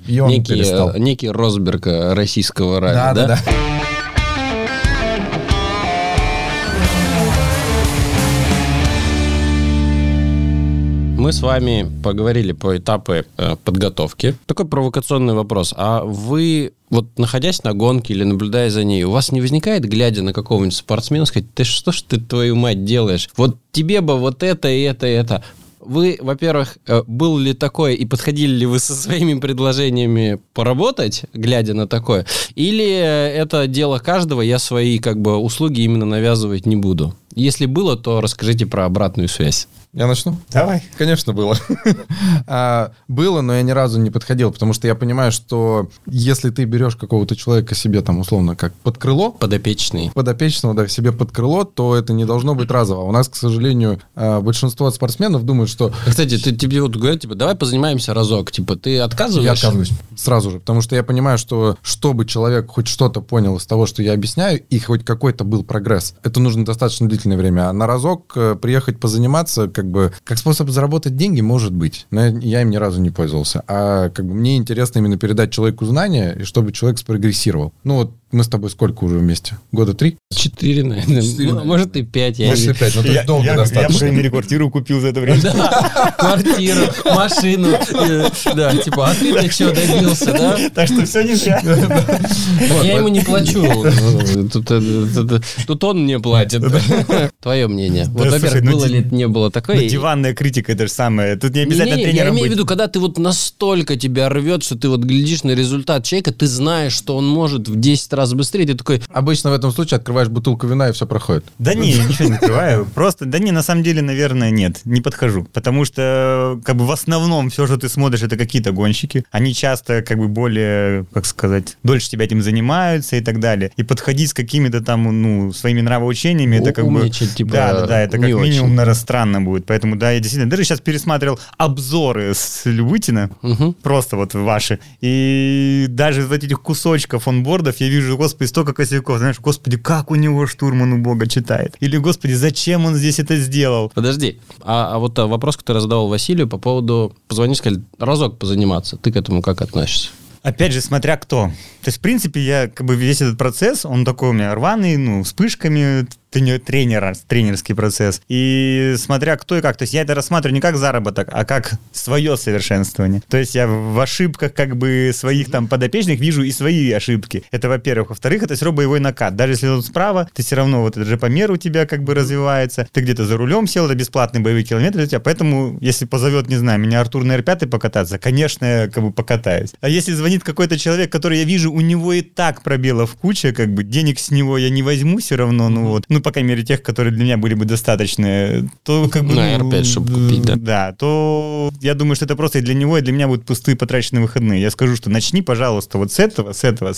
некий Росберг российского ралли, да? Да. Мы с вами поговорили про этапы подготовки. Такой провокационный вопрос. А вы, вот находясь на гонке или наблюдая за ней, у вас не возникает, глядя на какого-нибудь спортсмена, сказать, ты что ж ты, твою мать, делаешь? Вот тебе бы вот это и это и это. Вы, во-первых, был ли такое и подходили ли вы со своими предложениями поработать, глядя на такое? Или это дело каждого, я свои как бы услуги именно навязывать не буду? Если было, то расскажите про обратную связь. Я начну? Давай. Конечно, было. Было, но я ни разу не подходил, потому что я понимаю, что если ты берешь какого-то человека себе там условно как под крыло... Подопечного, да, себе под крыло, то это не должно быть разово. У нас, к сожалению, большинство спортсменов думают, что... Кстати, тебе вот говорят, типа, давай позанимаемся разок. Типа, ты отказываешься? Я отказываюсь сразу же, потому что я понимаю, что чтобы человек хоть что-то понял из того, что я объясняю, и хоть какой-то был прогресс, это нужно достаточно длительное длительное время. А на разок приехать позаниматься, как способ заработать деньги, может быть. Но я им ни разу не пользовался. А мне интересно именно передать человеку знания, и чтобы человек спрогрессировал. Мы с тобой сколько уже вместе? 3 года? 4, наверное. Может, и 5. Может, и 5, но тут долго достаточно. Я, по крайней мере, квартиру купил за это время. Да, квартиру, машину. Да, а ты что, добился, да? Так что все не зря. Я ему не плачу. Тут он мне платит. Твое мнение. Во-первых, было ли это, не было такое? Диванная критика, это же самое. Тут не обязательно тренером быть. Я имею в виду, когда ты настолько тебя рвет, что ты глядишь на результат человека, ты знаешь, что он может в 10 раз быстрее, ты такой... Обычно в этом случае открываешь бутылку вина, и все проходит. Да ничего не открываю. Просто, на самом деле, наверное, нет, не подхожу. Потому что, в основном, все, что ты смотришь, это какие-то гонщики. Они часто, более, дольше тебя этим занимаются и так далее. И подходить с какими-то там, своими нравоучениями, это умничать, Да, это как минимум, наверное, странно будет. Поэтому, да, я действительно даже сейчас пересматривал обзоры с Любытина, просто ваши. И даже из этих кусочков онбордов я вижу, господи, столько косяков. Знаешь, господи, как у него штурман у Бога читает. Или, господи, зачем он здесь это сделал? Подожди, а вопрос, который я задавал Василию по поводу, позвонить, сказали, разок позаниматься. Ты к этому как относишься? Опять же, смотря кто. То есть, в принципе, я весь этот процесс, он такой у меня рваный, вспышками, тренерский процесс. И смотря кто и как. То есть я это рассматриваю не как заработок, а как свое совершенствование. То есть я в ошибках своих там подопечных вижу и свои ошибки. Это, во-первых. Во-вторых, это все равно боевой накат. Даже если он справа, ты все равно этот же помер у тебя развивается. Ты где-то за рулем сел, это бесплатный боевой километр для тебя. Поэтому, если позовет, не знаю, меня Артур на R5 покататься, конечно, я покатаюсь. А если звонит какой-то человек, который я вижу, у него и так пробелов куча, денег с него я не возьму все равно, по крайней мере, тех, которые для меня были бы достаточны, то на R5, чтобы купить, да. Да, то я думаю, что это просто и для него, и для меня будут пустые потраченные выходные. Я скажу, что начни, пожалуйста, с этого.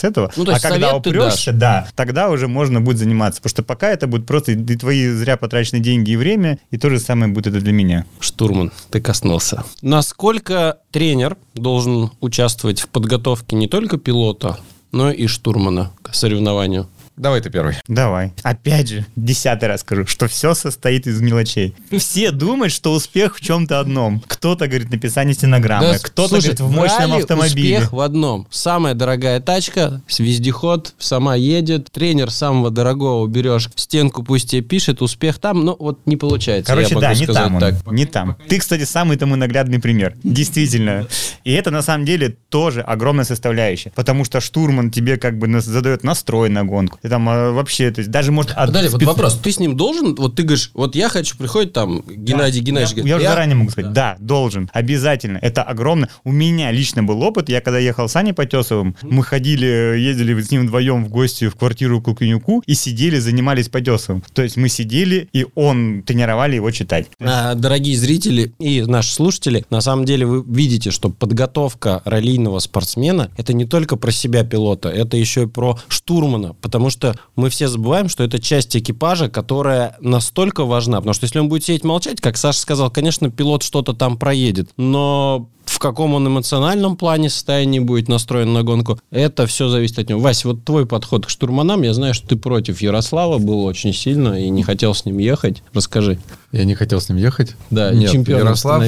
А когда упрешься, да, тогда уже можно будет заниматься. Потому что пока это будет просто и твои зря потраченные деньги и время, и то же самое будет это для меня. Штурман, ты коснулся. Насколько тренер должен участвовать в подготовке не только пилота, но и штурмана к соревнованию? Давай ты первый. Давай. Опять же, 10-й раз скажу, что все состоит из мелочей. Все думают, что успех в чем-то одном. Кто-то говорит написание стенограммы, кто-то говорит в мощном автомобиле. Успех в одном. Самая дорогая тачка, вездеход, сама едет. Тренер самого дорогого берешь, стенку пусть тебе пишет, успех там, но не получается. Короче, да, не там так. Не там. Ты, кстати, самый тому наглядный пример. Действительно. И это, на самом деле, тоже огромная составляющая. Потому что штурман тебе задает настрой на гонку. Там вообще, то есть даже может... вопрос, ты с ним должен, ты говоришь, я хочу, приходит там Геннадий Геннадьевич, я уже заранее могу сказать, да, должен, обязательно, это огромно. У меня лично был опыт, я когда ехал с Аней Потесовым, мы ездили с ним вдвоем в гости в квартиру к Лукьянюку и сидели, занимались Потесовым. То есть мы сидели, и тренировали его читать. Дорогие зрители и наши слушатели, на самом деле вы видите, что подготовка раллийного спортсмена, это не только про себя пилота, это еще и про штурмана, потому что мы все забываем, что это часть экипажа, которая настолько важна. Потому что если он будет сидеть молчать, как Саша сказал, конечно, пилот что-то там проедет. Но в каком он эмоциональном плане состоянии будет настроен на гонку, это все зависит от него. Вась, твой подход к штурманам, я знаю, что ты против Ярослава был очень сильно и не хотел с ним ехать. Расскажи. Я не хотел с ним ехать? Да, нет, чемпионом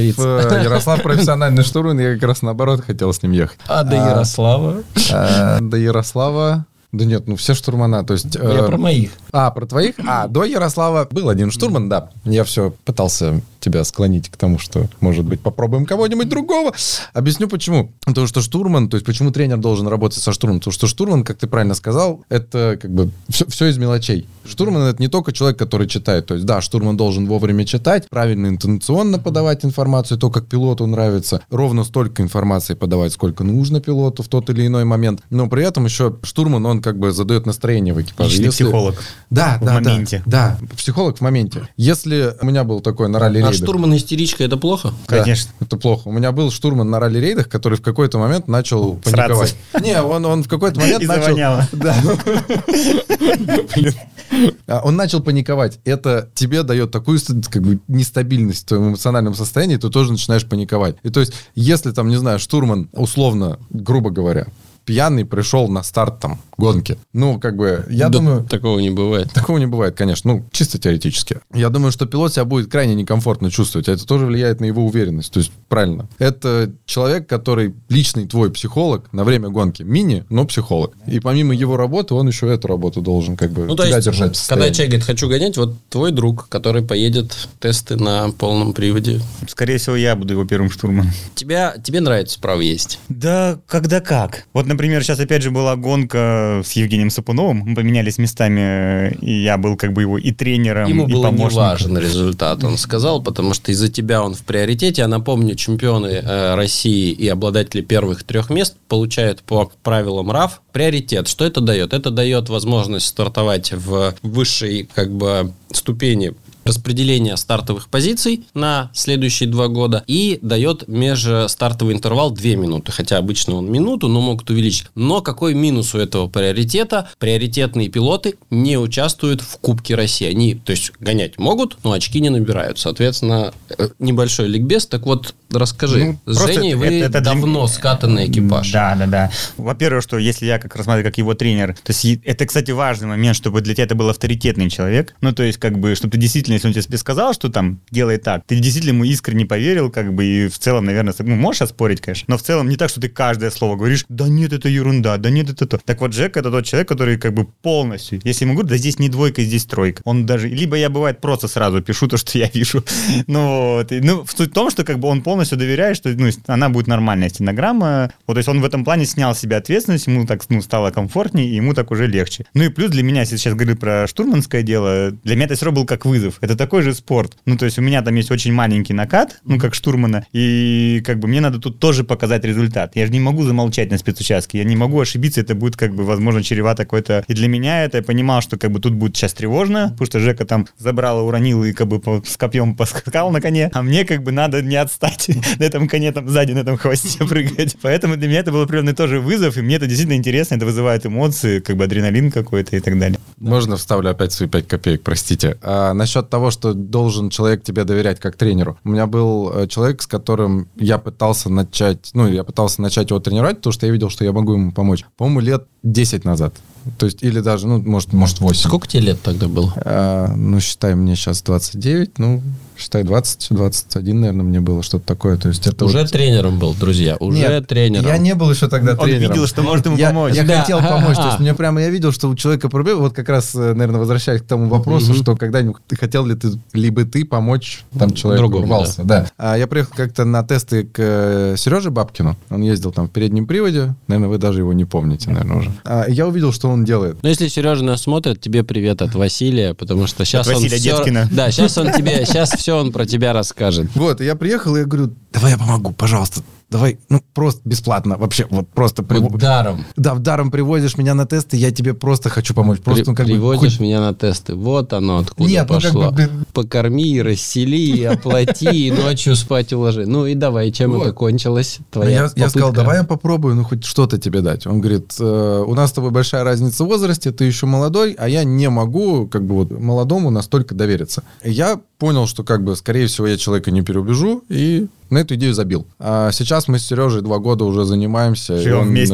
Ярослав профессиональный штурман, я как раз наоборот хотел с ним ехать. До Ярослава? До Ярослава... Да нет, все штурмана, то есть... Я про моих. Про твоих? До Ярослава был один штурман, да. Я все пытался тебя склонить к тому, что, может быть, попробуем кого-нибудь другого. Объясню почему. Потому что штурман, то есть почему тренер должен работать со штурманом? Потому что штурман, как ты правильно сказал, это все из мелочей. Штурман — это не только человек, который читает. То есть, да, штурман должен вовремя читать, правильно интонационно подавать информацию, то, как пилоту нравится, ровно столько информации подавать, сколько нужно пилоту в тот или иной момент. Но при этом еще штурман, он задает настроение в экипаже. Личный психолог. Да, в моменте. Да, психолог в моменте. Если у меня был такой на ралли-рейдах... Штурман истеричка — это плохо? Конечно. Да, это плохо. У меня был штурман на ралли-рейдах, который в какой-то момент начал паниковать. Не, он в какой-то момент начал... завоняло. Да. Он начал паниковать. Это тебе дает такую нестабильность в твоем эмоциональном состоянии, ты тоже начинаешь паниковать. И то есть, если там, не знаю, штурман, условно, грубо говоря, пьяный пришел на старт там гонки. Ну, как бы, я думаю... Такого не бывает. Такого не бывает, конечно. Ну, чисто теоретически. Я думаю, что пилот себя будет крайне некомфортно чувствовать. Это тоже влияет на его уверенность. То есть, правильно. Это человек, который личный твой психолог на время гонки. Мини, но психолог. И помимо его работы, он еще эту работу должен как бы то есть, держать. Когда человек говорит, хочу гонять, вот твой друг, который поедет тесты на полном приводе. Скорее всего, я буду его первым штурманом. Тебе нравится право есть? Да, когда как. Вот, например, сейчас опять же была гонка с Евгением Сапуновым. Мы поменялись местами, и я был как бы его и тренером, Ему и было помощником. не важен результат, он сказал, потому что из-за тебя он в приоритете. Я напомню, чемпионы России и обладатели первых 3 мест получают по правилам РАФ приоритет. Что это дает? Это дает возможность стартовать в высшей как бы ступени распределение стартовых позиций на следующие 2 года и дает межстартовый интервал 2 минуты. Хотя обычно он минуту, но могут увеличить. Но какой минус у этого приоритета? Приоритетные пилоты не участвуют в Кубке России. Они, то есть, гонять могут, но очки не набирают. Соответственно, небольшой ликбез. Так вот, расскажи. С Женей вы давно скатанный экипаж. Да. Во-первых, что если я как рассматриваю как его тренер, то есть это, кстати, важный момент, чтобы для тебя это был авторитетный человек. Ну, то есть, как бы, чтобы ты действительно, если он тебе сказал, что там делай так, ты действительно ему искренне поверил, как бы, и в целом, наверное, можешь оспорить, конечно, но в целом не так, что ты каждое слово говоришь, да нет, это ерунда, да нет, это то. Так вот, Джек это тот человек, который как бы полностью, если ему говорят, да здесь не 2, здесь 3. Он даже, либо я, бывает, просто сразу пишу то, что я вижу. Ну, суть в том, что как бы он полностью доверяет, что она будет нормальная стенограмма. Вот, то есть он в этом плане снял с себя ответственность, ему так стало комфортнее, и ему так уже легче. Ну и плюс для меня, если сейчас говорю про штурманское дело, для меня это все равно был как вызов. Это такой же спорт. Ну, то есть у меня там есть очень маленький накат, ну, как штурмана, и как бы мне надо тут тоже показать результат. Я же не могу замолчать на спецучастке, я не могу ошибиться, это будет как бы, возможно, чревато какой-то... И для меня это, я понимал, что как бы тут будет сейчас тревожно, потому что Жека там забрал, уронил и как бы с копьем поскакал на коне, а мне как бы надо не отстать на этом коне, там сзади, на этом хвосте прыгать. Поэтому для меня это был определенный тоже вызов, и мне это действительно интересно, это вызывает эмоции, как бы адреналин какой-то и так далее. Можно вставлю опять свои 5 копеек, простите. Насчет того, что должен человек тебе доверять как тренеру. У меня был человек, с которым я пытался начать его тренировать, потому что я видел, что я могу ему помочь. По-моему, лет 10 назад. То есть, или даже, может 8. Сколько тебе лет тогда было? Считай, мне сейчас 29, считай, 21, наверное, мне было что-то такое. То есть это уже тренером был, друзья, тренером. Я не был еще тогда тренером. Он видел, что может ему помочь. Я хотел помочь. То есть я видел, что у человека проблемы. Вот как раз, наверное, возвращаясь к тому вопросу, что когда-нибудь хотел ли ты помочь там человеку, другому, рвался. Да. Я приехал как-то на тесты к Сереже Бабкину. Он ездил там в переднем приводе. Наверное, вы даже его не помните, наверное, уже. Я увидел, что он делает. Но если Сережа нас смотрит, тебе привет от Василия, потому что сейчас он Василия все... Деткина. Да, сейчас все он про тебя расскажет. Вот, и я приехал, и я говорю, давай я помогу, пожалуйста. Давай, просто бесплатно, вообще, просто... Даром. Да, даром привозишь меня на тесты, я тебе просто хочу помочь. Просто, привозишь меня на тесты, вот оно откуда пошло. Покорми, рассели, оплати, ночью спать уложи. Ну и давай, чем это кончилось? Я сказал, давай я попробую, хоть что-то тебе дать. Он говорит, у нас с тобой большая разница в возрасте, ты еще молодой, а я не могу, молодому настолько довериться. Я понял, что, скорее всего, я человека не переубежу, и на эту идею забил. А сейчас мы с Сережей 2 года уже занимаемся. Живем вместе.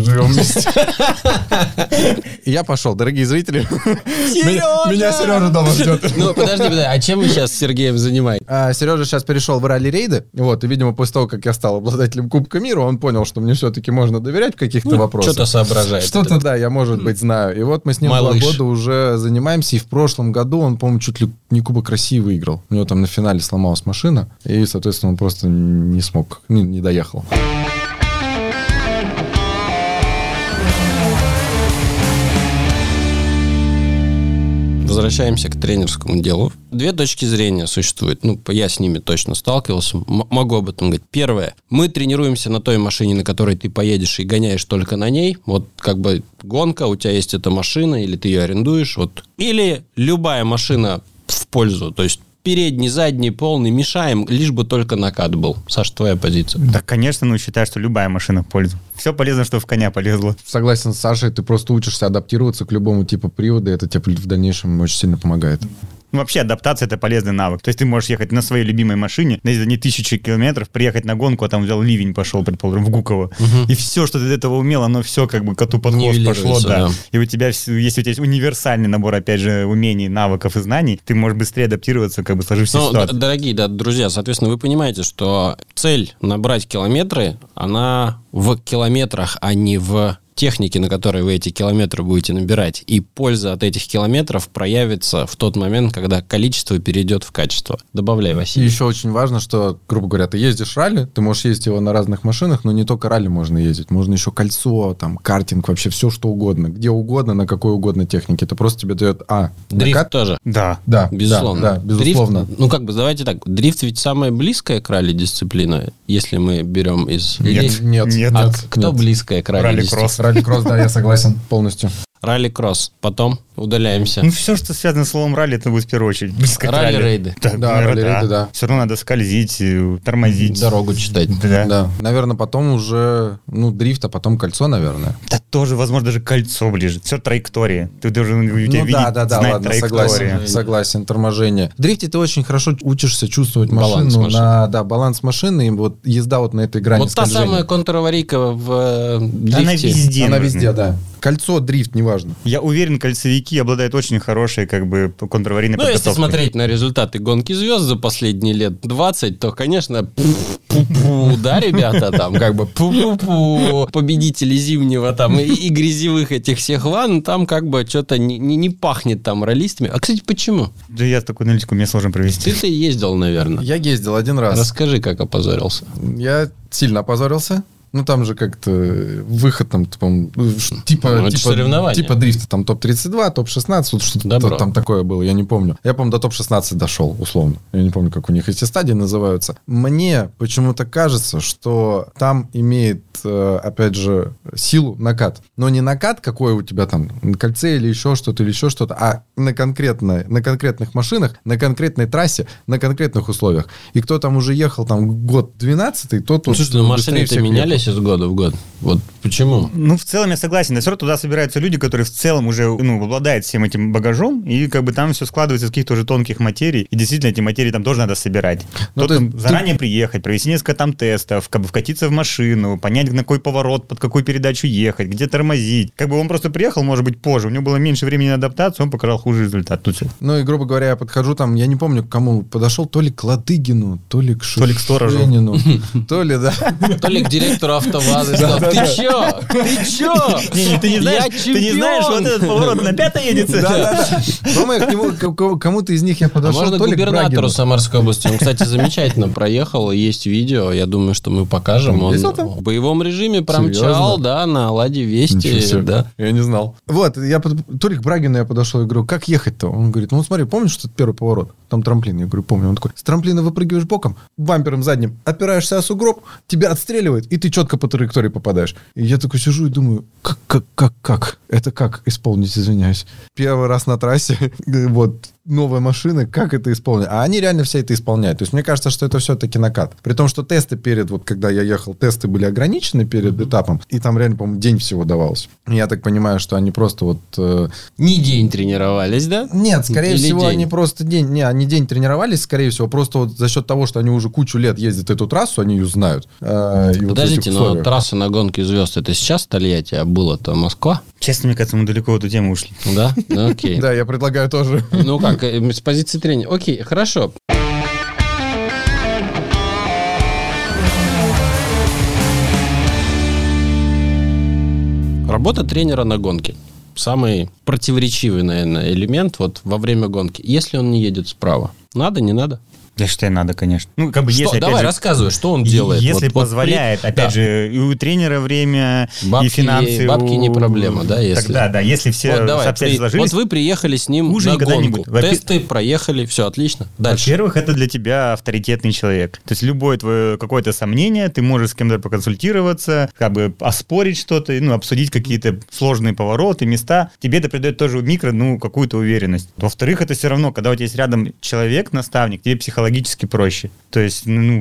И я пошел, дорогие зрители. Меня Сережа дома ждет. Подожди, а чем вы сейчас с Сергеем занимаетесь? Сережа сейчас перешел в ралли-рейды. И, видимо, после того, как я стал обладателем Кубка мира, он понял, что мне все-таки можно доверять в каких-то вопросах. Что-то соображает. Что-то, да, я, может быть, знаю. И вот мы с ним 2 года уже занимаемся. И в прошлом году он, по-моему, чуть ли не Кубок России выиграл. У него там на финале сломалась машина. И, соответственно, он просто не смог, не доехал. Возвращаемся к тренерскому делу. 2 точки зрения существуют. Я с ними точно сталкивался. Могу об этом говорить. Первое. Мы тренируемся на той машине, на которой ты поедешь и гоняешь только на ней. Вот гонка, у тебя есть эта машина, или ты ее арендуешь. Или любая машина в пользу. То есть передний, задний, полный, мешаем, лишь бы только накат был. Саша, твоя позиция? Да, конечно, считаю, что любая машина в пользу. Все полезно, что в коня полезло. Согласен с Сашей, ты просто учишься адаптироваться к любому типу привода, и это тебе в дальнейшем очень сильно помогает. Ну, вообще адаптация — это полезный навык. То есть ты можешь ехать на своей любимой машине, наездить не 1000 километров, приехать на гонку, а там взял ливень, пошел, предположим, в Гуково. И все, что ты до этого умел, оно все как бы коту под хвост пошло, да. И у тебя, если у тебя есть универсальный набор, опять же, умений, навыков и знаний, ты можешь быстрее адаптироваться, как бы сложившейся ситуации. Дорогие друзья, соответственно, вы понимаете, что цель набрать километры, она в километрах, а не в техники, на которой вы эти километры будете набирать. И польза от этих километров проявится в тот момент, когда количество перейдет в качество. Добавляй, Василий. И еще очень важно, что, грубо говоря, ты ездишь ралли, ты можешь ездить его на разных машинах, но не только ралли можно ездить. Можно еще кольцо, там, картинг, вообще все, что угодно. Где угодно, на какой угодно технике. Это просто тебе дает, дрифт накат. тоже. Да. Да, безусловно. Да, безусловно. Дрифт, ну, как бы, давайте так. Дрифт ведь самая близкая к ралли-дисциплина, если мы берем из... Нет. Кто близкая к ралли-дисциплине? Ралли-кросс. Ралли-кросс, да, я согласен полностью. Ралли-кросс. Потом удаляемся. Ну, все, что связано с словом ралли, это будет в первую очередь близко к ралли. Ралли-рейды. Да, ралли-рейды, да. Все равно надо скользить, тормозить. Дорогу читать. Да. Наверное, потом уже, дрифт, а потом кольцо, наверное. Да тоже, возможно, даже кольцо ближе. Все траектория. Ты должен знать ладно, траекторию. согласен, торможение. В дрифте ты очень хорошо учишься чувствовать Баланс машину. Баланс машины, и вот езда вот на этой грани Вот та скольжения. самая контраварийка в дрифте. Она везде. Да. Кольцо, дрифт, неважно. Я уверен, кольцевики обладают очень хорошей, как бы, контраварийной подготовкой. Если смотреть на результаты гонки звезд за последние лет 20, то, конечно, да, ребята, там, как бы, победители зимнего там и грязевых этих всех ванн, там, как бы, что-то не пахнет там раллистами. А, кстати, почему? Да я такую аналитику мне сложно провести. Ты ездил, наверное. Я ездил один раз. Расскажи, как опозорился. Я сильно опозорился. Там же как-то выход там, типа соревнования. Типа дрифта, там топ-32, топ-16, вот что-то там такое было, я не помню. Я, помню, до топ-16 дошел, условно. Я не помню, как у них эти стадии называются. Мне почему-то кажется, что там имеет, опять же, силу накат. Но не накат, какой у тебя там, на кольце или еще что-то, а на конкретных машинах, на конкретной трассе, на конкретных условиях. И кто там уже ехал там год 12-й, тот... Слушай, машины-то менялись из года в год. Вот почему? В целом я согласен. Все равно туда собираются люди, которые в целом уже обладают всем этим багажом, и как бы там все складывается из каких-то уже тонких материй, и действительно эти материи там тоже надо собирать. Заранее приехать, провести несколько там тестов, как бы вкатиться в машину, понять, на какой поворот, под какую передачу ехать, где тормозить. Как бы он просто приехал, может быть, позже, у него было меньше времени на адаптацию, он показал хуже результат. И, грубо говоря, я подхожу там, я не помню, к кому подошел, то ли к Ладыгину, то ли к сторожу, то ли, да. То ли к директору АвтоВАЗа сказал: ты чё? Ты не знаешь, вот этот поворот на 5-й едется? Да. По-моему, кому-то из них я подошел, можно то ли к губернатору Самарской области. Он, кстати, замечательно проехал, есть видео, я думаю, что мы покажем. Он в боевом режиме промчал, да, на Ладе Вести. Да. Я не знал. Вот, я то ли к Брагину я подошел и говорю: как ехать-то? Он говорит: смотри, помнишь, что это первый поворот? Там трамплин. Я говорю: помню. Он такой: с трамплина выпрыгиваешь боком, бампером задним, опираешься о сугроб, тебя отстреливает, и ты четко по траектории попадаешь. И я такой сижу и думаю: как? Это как исполнить, извиняюсь? Первый раз на трассе, вот, новая машина, как это исполнить? А они реально все это исполняют. То есть мне кажется, что это все-таки накат. При том, что тесты когда я ехал, тесты были ограничены перед этапом, и там реально, по-моему, день всего давался. Я так понимаю, что они просто вот... Не день тренировались, да? Нет, скорее всего, день? они просто день... Не, они день тренировались, скорее всего, просто вот за счет того, что они уже кучу лет ездят эту трассу, они ее знают. Подождите, но трасса на гонке звезд, это сейчас Тольятти, а было-то Москва? Честно, мне кажется, мы далеко в эту тему ушли. Да? Ну, окей. Да, я предлагаю тоже. Ну как, с позиции тренера. Окей, хорошо. Работа тренера на гонке. Самый противоречивый, наверное, элемент вот во время гонки. Если он не едет справа. Надо, не надо? Я считаю, надо, конечно. Если, давай, рассказывай, что он делает. Если позволяет, опять же, и у тренера время, и финансы. Бабки не проблема, да? Если... Тогда, да, если все обстоятельства сложились. Вот вы приехали с ним на гонку. Тесты проехали, все, отлично. Дальше. Во-первых, это для тебя авторитетный человек. То есть любое твое какое-то сомнение, ты можешь с кем-то поконсультироваться, как бы оспорить что-то, обсудить какие-то сложные повороты, места. Тебе это придает тоже какую-то уверенность. Во-вторых, это все равно, когда у тебя есть рядом человек, наставник, тебе психологически проще. То есть,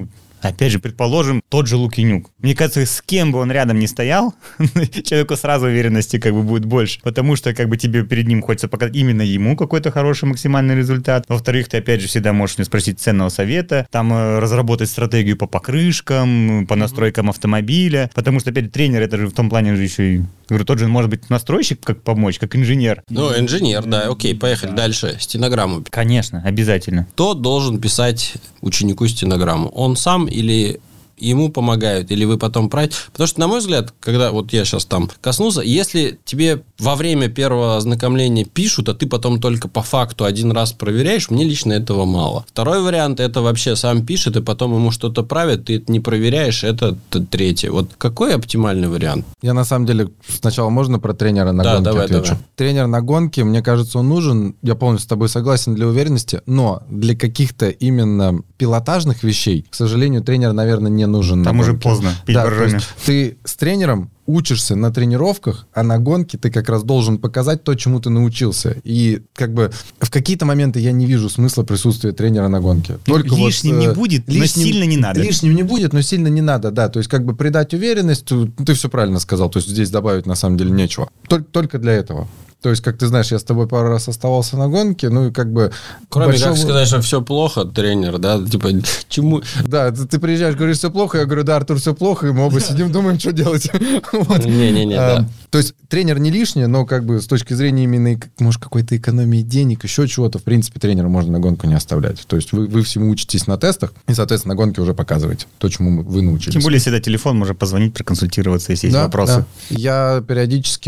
Опять же, предположим, тот же Лукьянюк. Мне кажется, с кем бы он рядом не стоял, человеку сразу уверенности как бы будет больше. Потому что как бы тебе перед ним хочется показать именно ему какой-то хороший максимальный результат. Во-вторых, ты опять же всегда можешь мне спросить ценного совета, там разработать стратегию по покрышкам, по настройкам автомобиля. Потому что, опять же, тренер, это же в том плане же еще и... Говорю, тот же может быть настройщик, как помочь, как инженер. Ну, инженер, да, окей, поехали дальше. Стенограмму. Конечно, обязательно. Кто должен писать ученику стенограмму? Он сам или ему помогают, или вы потом правите? Потому что, на мой взгляд, когда вот я сейчас там коснулся, если тебе во время первого ознакомления пишут, а ты потом только по факту один раз проверяешь, мне лично этого мало. Второй вариант, это вообще сам пишет, и потом ему что-то правит, ты это не проверяешь, это третий. Вот какой оптимальный вариант? Я на самом деле сначала можно про тренера на гонке отвечу. Давай. Тренер на гонке, мне кажется, он нужен, я полностью с тобой согласен, для уверенности, но для каких-то именно пилотажных вещей, к сожалению, тренер, наверное, не нужен. Там уже поздно. Да, то есть ты с тренером учишься на тренировках, а на гонке ты как раз должен показать то, чему ты научился. И как бы в какие-то моменты я не вижу смысла присутствия тренера на гонке. Только лишним не будет, но сильно не надо. Лишним не будет, но сильно не надо, да. То есть как бы придать уверенность, ты все правильно сказал, то есть здесь добавить на самом деле нечего. Только для этого. То есть, как ты знаешь, я с тобой пару раз оставался на гонке, ну и как бы... Кроме как сказать, что все плохо, тренер, да, типа, чему... Да, ты приезжаешь, говоришь, все плохо, я говорю, да, Артур, все плохо, и мы оба сидим, думаем, что делать. Не-не-не, да. То есть, тренер не лишний, но как бы с точки зрения именно, может, какой-то экономии денег, еще чего-то, в принципе, тренера можно на гонку не оставлять. То есть, вы всему учитесь на тестах, и, соответственно, на гонке уже показываете то, чему вы научились. Тем более, всегда телефон, можно позвонить, проконсультироваться, если есть вопросы. Да. Я периодически,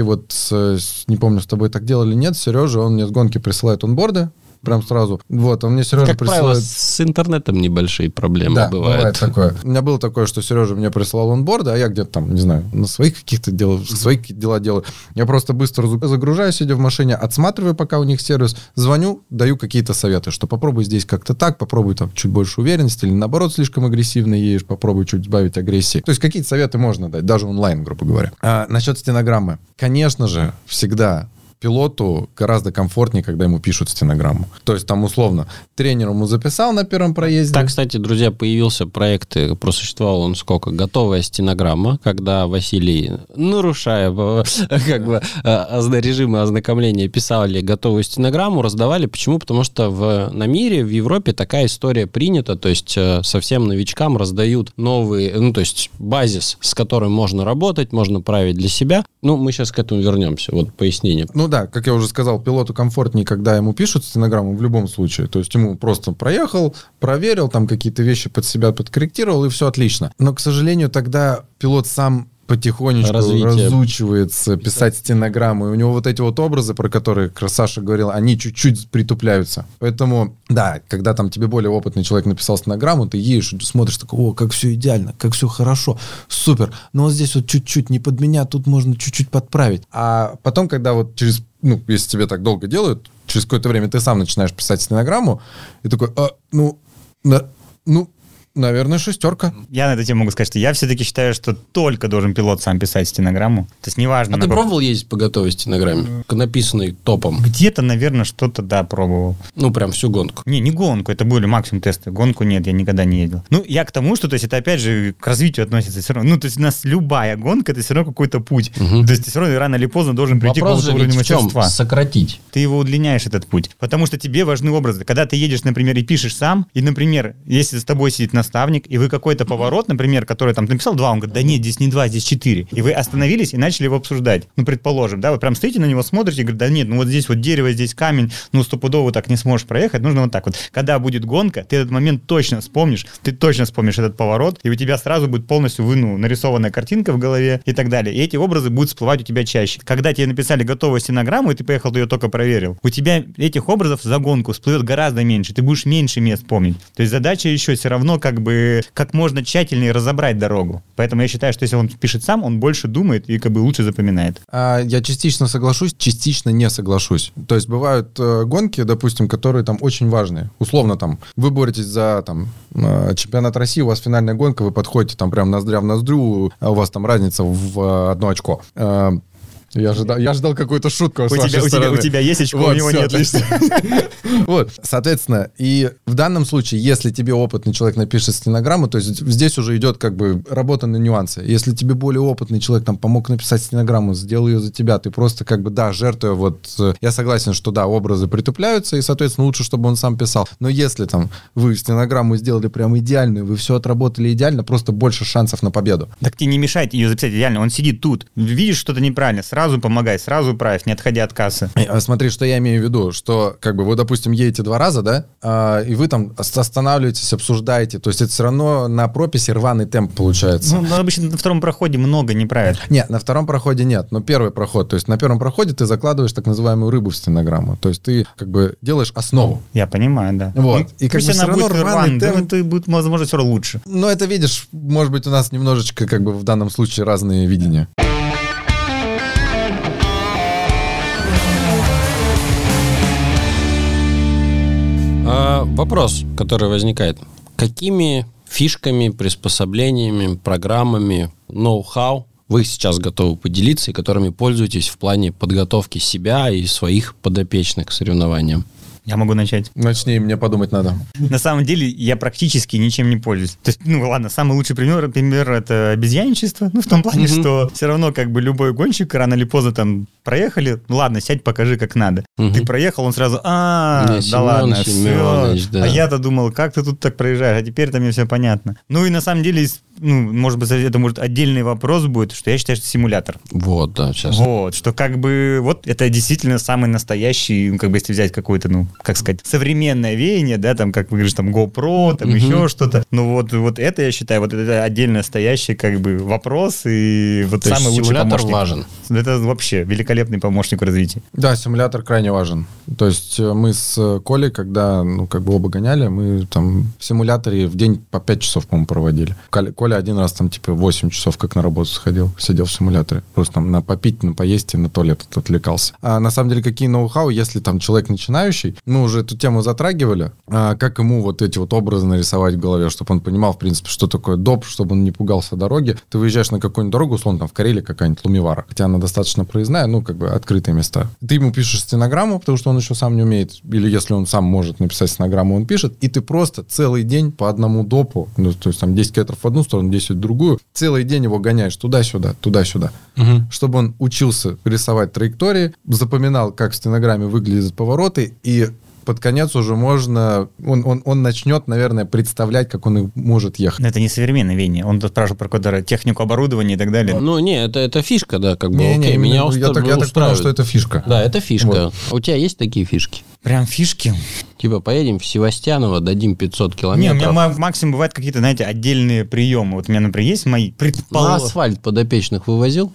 не помню, с тобой так делали, нет, Сережа, он мне с гонки присылает онборды, прям сразу. Вот, он мне Сережа как присылает... правило, с интернетом небольшие проблемы бывают. Такое. У меня было такое, что Сережа мне присылал онборды, а я где-то там, не знаю, на своих каких-то свои дела делаю. Я просто быстро загружаю, сидя в машине, отсматриваю, пока у них сервис, звоню, даю какие-то советы, что попробуй здесь как-то так, попробуй там чуть больше уверенности, или наоборот слишком агрессивно едешь, попробуй чуть сбавить агрессии. То есть какие-то советы можно дать, даже онлайн, грубо говоря. Насчет стенограммы. Конечно же, всегда пилоту гораздо комфортнее, когда ему пишут стенограмму. То есть там условно тренер ему записал на первом проезде. Так, кстати, друзья, появился проект, просуществовал он сколько? Готовая стенограмма, когда Василий, нарушая как бы режимы ознакомления, писали готовую стенограмму, раздавали. Почему? Потому что на мире, в Европе такая история принята, то есть совсем новичкам раздают новые, ну, то есть базис, с которым можно работать, можно править для себя. Ну, мы сейчас к этому вернемся, вот пояснение. Ну да, как я уже сказал, пилоту комфортнее, когда ему пишут стенограмму в любом случае. То есть ему просто проехал, проверил, там какие-то вещи под себя подкорректировал, и все отлично. Но, к сожалению, тогда пилот сам потихонечку разучивается писать стенограмму. И у него вот эти вот образы, про которые Саша говорил, они чуть-чуть притупляются. Поэтому, да, когда там тебе более опытный человек написал стенограмму, ты едешь, смотришь, такой, о, как все идеально, как все хорошо, супер. Но вот здесь вот чуть-чуть не под меня, тут можно чуть-чуть подправить. А потом, когда вот через, если тебе так долго делают, через какое-то время ты сам начинаешь писать стенограмму, и такой, наверное, 6. Я на эту тему могу сказать, что я все-таки считаю, что только должен пилот сам писать стенограмму. То есть неважно... А ты пробовал ездить по готовой стенограмме? Написанной топом? Где-то, наверное, что-то, да, пробовал. Ну, прям всю гонку? Не гонку, это были максимум тесты. Гонку нет, я никогда не ездил. Ну, я к тому, что, то есть, это опять же к развитию относится все равно. Ну, то есть, у нас любая гонка, это все равно какой-то путь. Угу. То есть, ты все равно рано или поздно должен прийти к какому-то уровню мастерства. Сократить. Ты его удлиняешь, этот путь. Потому что тебе важны образы. Когда ты едешь, например, и пишешь сам, и, например, если с тобой сидит наставник, и вы какой-то поворот, например, который там написал 2, он говорит, да нет, здесь не 2, здесь 4. И вы остановились и начали его обсуждать. Ну, предположим, да, вы прям стоите на него, смотрите и говорите, да нет, ну вот здесь вот дерево, здесь камень, ну стопудово так не сможешь проехать, нужно вот так вот. Когда будет гонка, ты этот момент точно вспомнишь, этот поворот, и у тебя сразу будет полностью нарисованная картинка в голове и так далее. И эти образы будут всплывать у тебя чаще. Когда тебе написали готовую стенограмму, и ты поехал, ты ее только проверил, у тебя этих образов за гонку всплывет гораздо меньше, ты будешь меньше мест помнить. То есть задача еще все равно как можно тщательнее разобрать дорогу. Поэтому я считаю, что если он пишет сам, он больше думает и лучше запоминает. Я частично соглашусь, частично не соглашусь. То есть бывают гонки, допустим, которые там очень важные. Условно там вы боретесь за чемпионат России, у вас финальная гонка, вы подходите там прям ноздря в ноздрю, а у вас там разница в 1 очко. Я ждал какую-то шутку с вашей стороны. У тебя есть очко, Вот, у него всё, нет. отлично. Вот, соответственно, и в данном случае, если тебе опытный человек напишет стенограмму, то есть здесь уже идет как бы работа на нюансы. Если тебе более опытный человек там помог написать стенограмму, сделал ее за тебя, ты просто как бы, да, жертвуя вот... Я согласен, что да, образы притупляются, и, соответственно, лучше, чтобы он сам писал. Но если там вы стенограмму сделали прям идеальную, вы все отработали идеально, просто больше шансов на победу. Так тебе не мешает ее записать идеально. Он сидит тут, видишь что-то неправильно, сразу помогай, сразу правь, не отходя от кассы. Смотри, что я имею в виду, что как бы вы, допустим, едете 2 раза, да, и вы там останавливаетесь, обсуждаете, то есть это все равно на прописи рваный темп получается. Ну, обычно на втором проходе много не правят. Нет, на втором проходе нет, но первый проход, то есть на первом проходе ты закладываешь так называемую рыбу в стенограмму, то есть ты как бы делаешь основу. Я понимаю, да. Вот. Ну, И как пусть бы она все равно будет рваный темп. ты будет, возможно, все равно лучше. Но это, видишь, может быть, у нас немножечко как бы в данном случае разные видения. Вопрос, который возникает. Какими фишками, приспособлениями, программами, ноу-хау вы сейчас готовы поделиться и которыми пользуетесь в плане подготовки себя и своих подопечных к соревнованиям? Я могу начать. Начни, мне подумать надо. На самом деле, я практически ничем не пользуюсь. То есть, ну ладно, самый лучший пример это обезьянничество. Ну, в том плане, что все равно как бы любой гонщик рано или поздно там проехали. Ну, ладно, сядь, покажи, как надо. Ты проехал, он сразу, да ладно, все. Да. А я-то думал, как ты тут так проезжаешь, а теперь-то мне все понятно. Ну и на самом деле, ну, может быть, это может отдельный вопрос будет, что я считаю, что симулятор. Вот, да, сейчас. Вот, что как бы, вот это действительно самый настоящий, ну, как бы, если взять какой-то, ну, как сказать, современное веяние, да, там, как вы говоришь, там, GoPro, там, еще что-то. Ну, вот это, я считаю, вот это отдельно стоящий, как бы, вопрос, и вот то самый лучший симулятор помощник. важен. Это вообще великолепный помощник в развитии. Да, симулятор крайне важен. То есть мы с Колей, когда, ну, как бы оба гоняли, мы там в симуляторе в день по 5 часов, по-моему, проводили. Коля один раз там, типа, 8 часов как на работу сходил, сидел в симуляторе. Просто там на попить, на поесть и на туалет отвлекался. А на самом деле, какие ноу-хау, если там человек начинающий, мы уже эту тему затрагивали, как ему вот эти вот образы нарисовать в голове, чтобы он понимал, в принципе, что такое доп, чтобы он не пугался дороги. Ты выезжаешь на какую-нибудь дорогу, условно, там в Карелии какая-нибудь Лумивара, хотя она достаточно проездная, ну, как бы открытые места. Ты ему пишешь стенограмму, потому что он еще сам не умеет, или если он сам может написать стенограмму, он пишет, и ты просто целый день по одному допу, ну, то есть там 10 километров в одну сторону, 10 в другую, целый день его гоняешь туда-сюда, туда-сюда, чтобы он учился рисовать траектории, запоминал, как в стенограмме выглядят повороты, и под конец уже можно... Он начнет, наверное, представлять, как он может ехать. Но это не современное веяние. Он тут спрашивал про какую-то технику оборудования и так далее. Ну, не, это фишка, да, как бы, Не, окей, меня я так понял, что это фишка. Да, это фишка. Вот. У тебя есть такие фишки? Прям фишки? Типа поедем в Севастьяново, дадим 500 Не, километров. у меня максимум бывают какие-то, знаете, отдельные приемы. Вот у меня, например, есть мои На асфальт подопечных вывозил?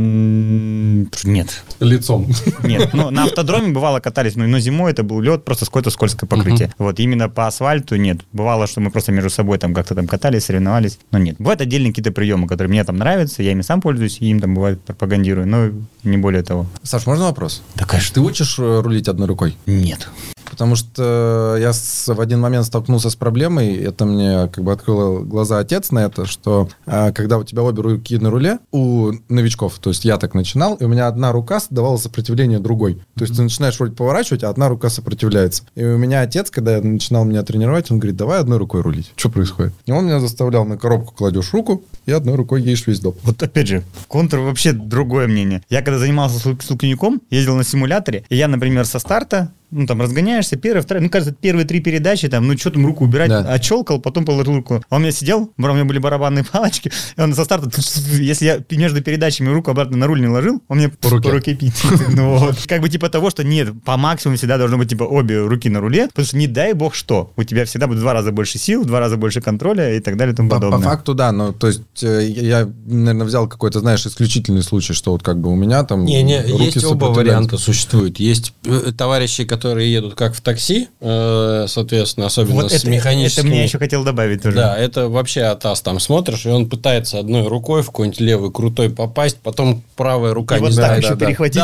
Нет. Лицом. Нет, ну на автодроме бывало катались, но зимой это был лед, просто какое-то скользкое покрытие. Вот именно по асфальту нет. Бывало, что мы просто между собой там как-то там катались, соревновались, но нет. Бывают отдельные какие-то приемы, которые мне там нравятся, я ими сам пользуюсь, и им там бывает пропагандирую, но не более того. Саш, можно вопрос? Да, конечно. Ты учишь рулить одной рукой? Нет. Потому что я в один момент столкнулся с проблемой, это мне как бы открыло глаза отец на это, что когда у тебя обе руки на руле, у новичков, то есть я так начинал, и у меня одна рука давала сопротивление другой. То есть ты начинаешь вроде поворачивать, а одна рука сопротивляется. И у меня отец, когда начинал меня тренировать, он говорит, давай одной рукой рулить. Что происходит? И он меня заставлял, на коробку кладешь руку, и одной рукой едешь весь доп. Вот опять же, контр вообще другое мнение. Я когда занимался столкновиком, ездил на симуляторе, и я, например, со старта, ну, там, разгоняешься, первая, вторая, ну, кажется, первые 3 передачи, там, ну, что там руку убирать, да. отщелкал, потом положил руку. А он у меня сидел, у меня были барабанные палочки, и он со старта, если я между передачами руку обратно на руль не ложил, он мне по руке пить. Ну, вот. Как бы типа того, что нет, по максимуму всегда должно быть, типа, обе руки на руле, потому что не дай бог что, у тебя всегда будет в 2 раза больше сил, в 2 раза больше контроля и так далее и тому подобное. По факту, да, ну, то есть я, наверное, взял какой-то, знаешь, исключительный случай, что вот как бы у меня там... Не, есть оба варианта существуют. Есть товарищи, которые которые едут как в такси, соответственно, особенно Вот с механическими... Это мне еще хотел добавить тоже. Да, это вообще атас. Там смотришь, и он пытается одной рукой в какой-нибудь левый крутой попасть, потом правая рука И не вот знает. так еще перехватить.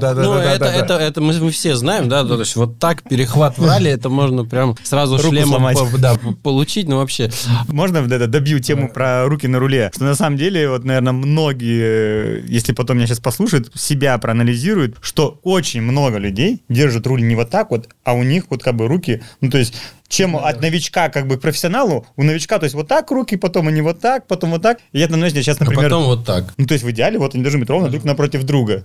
Это мы все знаем, да, то есть вот так перехват в ралли, это можно прям сразу Руку шлемом сломать. получить, но вообще... Можно добью тему про руки на руле? Что на самом деле, вот, наверное, многие, если потом меня сейчас послушают, себя проанализируют, что очень много людей держат руль не вот так вот, а у них вот как бы руки, ну, то есть чем от новичка как бы к профессионалу, у новичка, то есть вот так руки, потом они вот так, потом вот так. И это, ну, сейчас, например... А потом вот так. Ну, то есть в идеале вот они должны быть ровно друг напротив друга.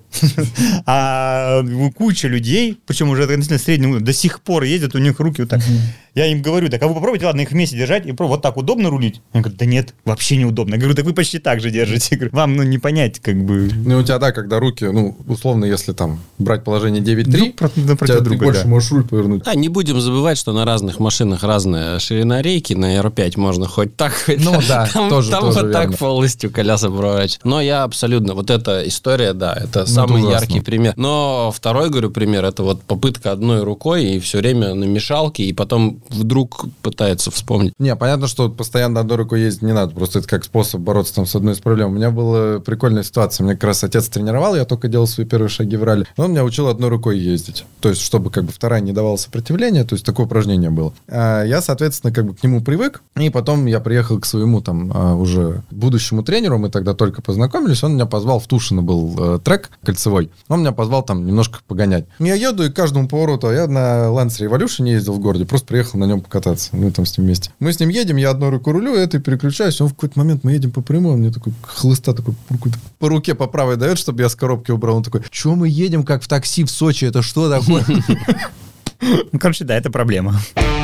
А куча людей, причем уже относительно среднего, до сих пор ездят, у них руки вот так. Я им говорю, так, а вы попробуйте, ладно, их вместе держать, и вот так удобно рулить? Они говорят, да нет, вообще неудобно. Я говорю, так вы почти так же держите. Я говорю, вам, ну, не понять, как бы... Ну, у тебя, да, когда руки, ну, условно, если там брать положение 9-3, напротив ты друга, больше да. можешь руль повернуть. А не будем забывать, что на разных машинах разная ширина рейки. На R5 можно хоть так, хоть Ну да, там, тоже вот верно. так полностью колеса проворачивать. Но я абсолютно... Вот эта история, да, это самый ужасно. яркий пример. Но второй, говорю, пример, это вот попытка одной рукой и все время на мешалке, и потом вдруг пытается вспомнить. Не, понятно, что постоянно одной рукой ездить не надо, просто это как способ бороться там с одной из проблем. У меня была прикольная ситуация, меня как раз отец тренировал, я только делал свои первые шаги в ралли, он меня учил одной рукой ездить, то есть чтобы как бы вторая не давала сопротивления, то есть такое упражнение было. Я, соответственно, как бы к нему привык, и потом я приехал к своему там уже будущему тренеру, мы тогда только познакомились, он меня позвал, в Тушино был трек кольцевой, он меня позвал там немножко погонять. Я еду, и к каждому повороту, я на Lancer Evolution ездил в городе, просто приехал на нем покататься. Мы там с ним вместе. Мы с ним едем, я одной рукой рулю, этой переключаюсь. Он в какой-то момент, мы едем по прямой, он мне такой хлыста такой по руке по правой дает, чтобы я с коробки убрал. Он такой, что мы едем как в такси в Сочи, это что такое? Ну, короче, да, это проблема.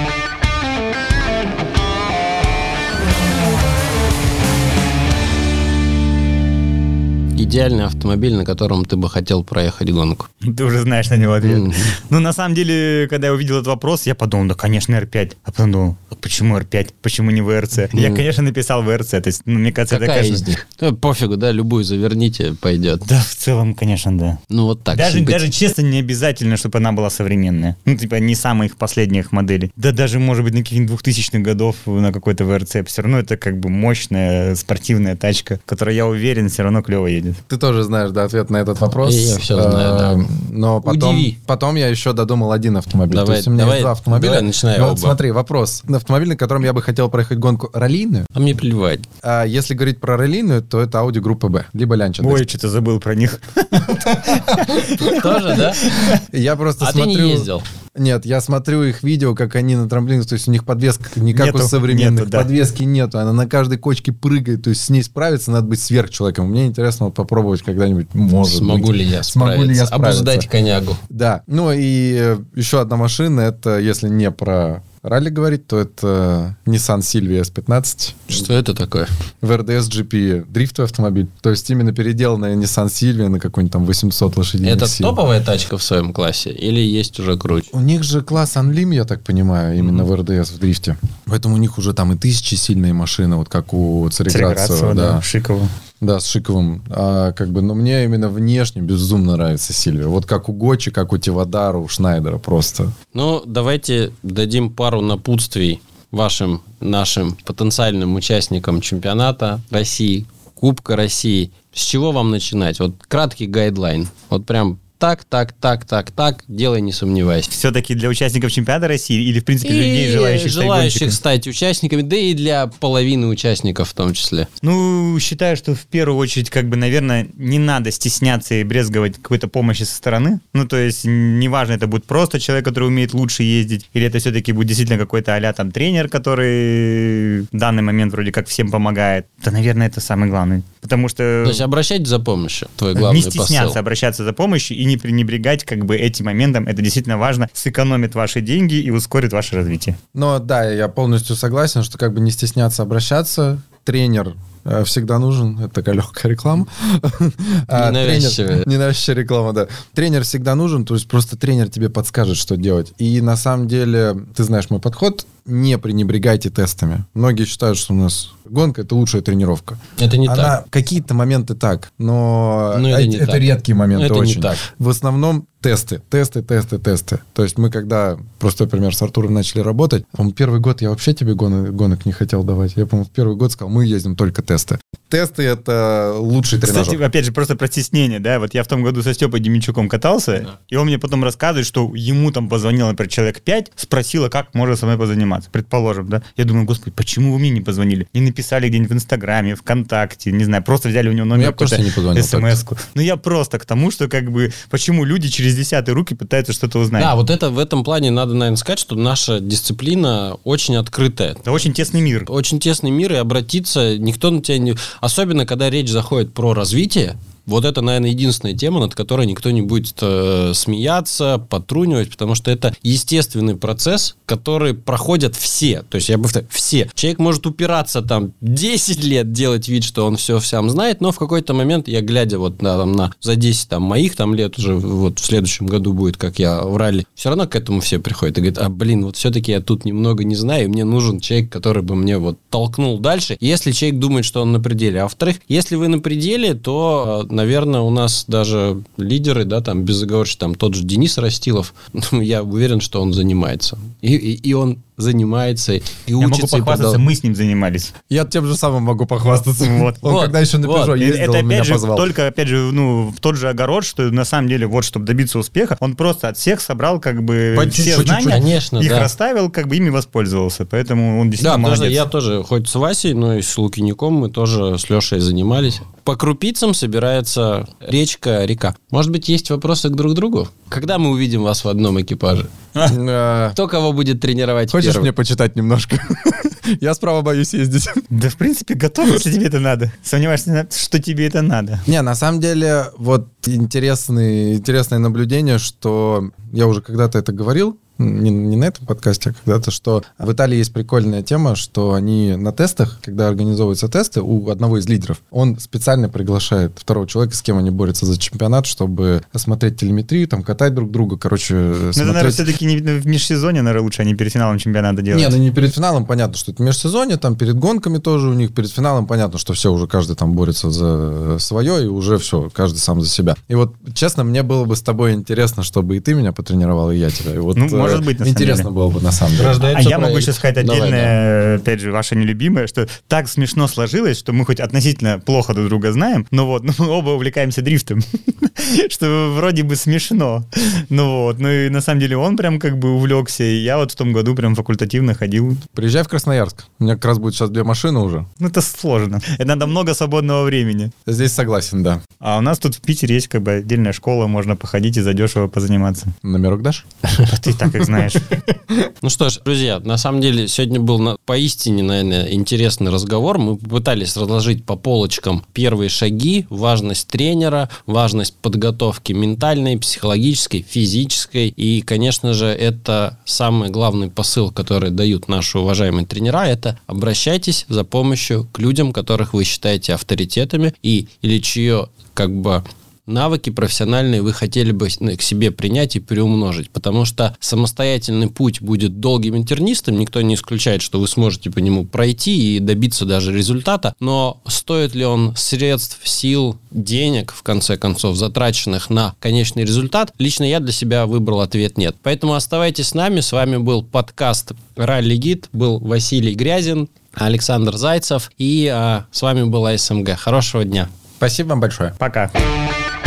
Идеальный автомобиль, на котором ты бы хотел проехать гонку. Ты уже знаешь на него ответ. Ну, на самом деле, когда я увидел этот вопрос, я подумал, да, конечно, R5. А потом думал, а почему R5? Почему не VRC? Я, конечно, написал VRC. То есть, ну, мне кажется, Какая это, из конечно... них? Да, пофигу, да, любую заверните, пойдет. Да, в целом, конечно, да. Ну, вот так. Даже честно, не обязательно, чтобы она была современная. Ну, типа, не самых последних моделей. Да даже, может быть, на каких-нибудь 2000-х годов на какой-то VRC. Все равно это как бы мощная спортивная тачка, которая, я уверен, все равно клево едет. Ты тоже знаешь, да, ответ на этот вопрос. Я все знаю, да. Но потом я еще додумал один автомобиль. Давай, То есть у меня есть два автомобиля. давай, начинай Но оба. вот смотри, вопрос. Автомобиль, на котором я бы хотел проехать гонку раллийную. А мне плевать. А если говорить про раллийную, то это Audi группы Б, либо Lancia. Ой, что-то забыл про них. Тоже, да? Я просто А ты смотрю... не ездил? Нет, я смотрю их видео, как они на трамплинах, то есть у них подвеска не как Нету, у современных, нету, да. подвески нету, она на каждой кочке прыгает, то есть с ней справиться надо быть сверхчеловеком. Мне интересно вот попробовать когда-нибудь, может Смогу быть. ли я Смогу ли я справиться? справиться? Обуздать конягу. Да, ну и еще одна машина, это если не про ралли говорить, то это Nissan Silvia S15. Что это такое? В РДС GP дрифтовый автомобиль. То есть именно переделанная Nissan Silvia на какой-нибудь там 800 лошадиных Это сил. топовая тачка в своем классе? Или есть уже круче? У них же класс Unlim, я так понимаю, именно в РДС, в дрифте. Поэтому у них уже там и 1000-сильные машины, вот как у Цареградцева. да, Шикова. Да, с Шиковым. Но мне именно внешне безумно нравится Сильвия. Вот как у Гочи, как у Тивадара, у Шнайдера просто. Ну, давайте дадим пару напутствий нашим потенциальным участникам чемпионата России, Кубка России. С чего вам начинать? Вот краткий гайдлайн. Вот прям так, делай, не сомневайся. Все-таки для участников чемпионата России или, в принципе, для людей, желающих стать гонщиками? стать участниками, да и для половины участников в том числе. Ну, считаю, что в первую очередь, как бы, наверное, не надо стесняться и брезговать какой-то помощи со стороны. Ну, то есть, неважно, это будет просто человек, который умеет лучше ездить, или это все-таки будет действительно какой-то а-ля там тренер, который в данный момент вроде как всем помогает. Да, наверное, это самый главный. Потому что... То есть обращайтесь за помощью, твой главный не стесняться посыл. обращаться за помощью и не пренебрегать как бы этим моментом. Это действительно важно. Сэкономит ваши деньги и ускорит ваше развитие. Но да, я полностью согласен, что как бы не стесняться обращаться. Тренер всегда нужен. Это такая легкая реклама. Ненавязчивая реклама, да. Тренер всегда нужен, то есть просто тренер тебе подскажет, что делать. И на самом деле, ты знаешь мой подход, не пренебрегайте тестами. Многие считают, что у нас гонка — это лучшая тренировка. Это не так. Какие-то моменты так, но это редкие моменты это очень. Не так. В основном тесты. То есть мы когда, простой пример, с Артуром начали работать, по-моему, первый год я вообще тебе гонок не хотел давать. Я, по-моему, в первый год сказал, мы ездим только тесты. Тесты — это лучший тренажер. Кстати, опять же, просто про стеснение, да, вот я в том году со Степой Деменчуком катался, и он мне потом рассказывает, что ему там позвонило, например, человек 5, спросила, как можно со мной позаниматься, предположим, да. Я думаю, господи, почему вы мне не позвонили? Не написали где-нибудь в Инстаграме, ВКонтакте, не знаю, просто взяли у него номер, какой-то смс-ку. Ну, я просто к тому, что как бы, почему люди через десятые руки пытаются что-то узнать. Да, вот это в этом плане надо, наверное, сказать, что наша дисциплина очень открытая. Это очень тесный мир. Очень тесный мир, и обратиться никто на тебя не... Особенно, когда речь заходит про развитие, вот это, наверное, единственная тема, над которой никто не будет смеяться, подтрунивать, потому что это естественный процесс, который проходят все. То есть, я повторяю, все. Человек может упираться там 10 лет, делать вид, что он все сам знает, но в какой-то момент, я глядя вот на за 10 там, моих там лет уже, вот в следующем году будет, как я в ралли, все равно к этому все приходят и говорят, вот все-таки я тут немного не знаю, и мне нужен человек, который бы мне вот толкнул дальше, если человек думает, что он на пределе. А во-вторых, если вы на пределе, то... наверное, у нас даже лидеры, да, там, безоговорочно, там, тот же Денис Растилов, я уверен, что он занимается. И он занимается, и я учится. Я могу похвастаться, мы с ним занимались. Я тем же самым могу похвастаться. Он когда еще на Peugeot ездил, он меня позвал. Только, опять же, в тот же огород, что на самом деле, вот, чтобы добиться успеха, он просто от всех собрал, как бы, все знания, конечно, их расставил, как бы, ими воспользовался. Поэтому он действительно молодец. Да, я тоже, хоть с Васей, но и с Лукиником мы тоже с Лешей занимались. По крупицам собирается река. Может быть, есть вопросы к друг другу? Когда мы увидим вас в одном экипаже? Кто кого будет тренировать первым? Хочешь мне почитать немножко? Я справа боюсь ездить. Да, в принципе, готов, если тебе это надо. Сомневаешься, что тебе это надо. Не, на самом деле, вот интересное наблюдение, что я уже когда-то это говорил, не на этом подкасте, а когда-то, что в Италии есть прикольная тема, что они на тестах, когда организовываются тесты, у одного из лидеров, он специально приглашает второго человека, с кем они борются за чемпионат, чтобы осмотреть телеметрию, там, катать друг друга, короче, смотреть. Это, наверное, все-таки не в межсезонье, наверное, лучше, а не перед финалом чемпионата делать. Не перед финалом, понятно, что это межсезонье, там, перед гонками тоже у них, перед финалом понятно, что все уже, каждый там борется за свое, и уже все, каждый сам за себя. И вот, честно, мне было бы с тобой интересно, чтобы и ты меня потренировал, и я тебя. И вот, может быть, интересно было бы, на самом деле. А я могу сейчас сказать отдельное, опять же, ваше нелюбимое, что так смешно сложилось, что мы хоть относительно плохо друг друга знаем, но мы оба увлекаемся дрифтом, что вроде бы смешно. Ну и на самом деле он прям как бы увлекся, и я вот в том году прям факультативно ходил. Приезжай в Красноярск. У меня как раз будет сейчас 2 машины уже. Это сложно. Это надо много свободного времени. Здесь согласен, да. А у нас тут в Питере есть как бы отдельная школа, можно походить и задешево позаниматься. Номерок дашь? Ты так как знаешь. Ну что ж, друзья, на самом деле сегодня был поистине, наверное, интересный разговор. Мы попытались разложить по полочкам первые шаги, важность тренера, важность подготовки ментальной, психологической, физической. И, конечно же, это самый главный посыл, который дают наши уважаемые тренера, это обращайтесь за помощью к людям, которых вы считаете авторитетами или чье как бы навыки профессиональные вы хотели бы к себе принять и приумножить, потому что самостоятельный путь будет долгим и тернистым, никто не исключает, что вы сможете по нему пройти и добиться даже результата, но стоит ли он средств, сил, денег, в конце концов, затраченных на конечный результат, лично я для себя выбрал ответ нет. Поэтому оставайтесь с нами, с вами был подкаст «Ралли Гид», был Василий Грязин, Александр Зайцев, и с вами была СМГ. Хорошего дня. Спасибо вам большое. Пока.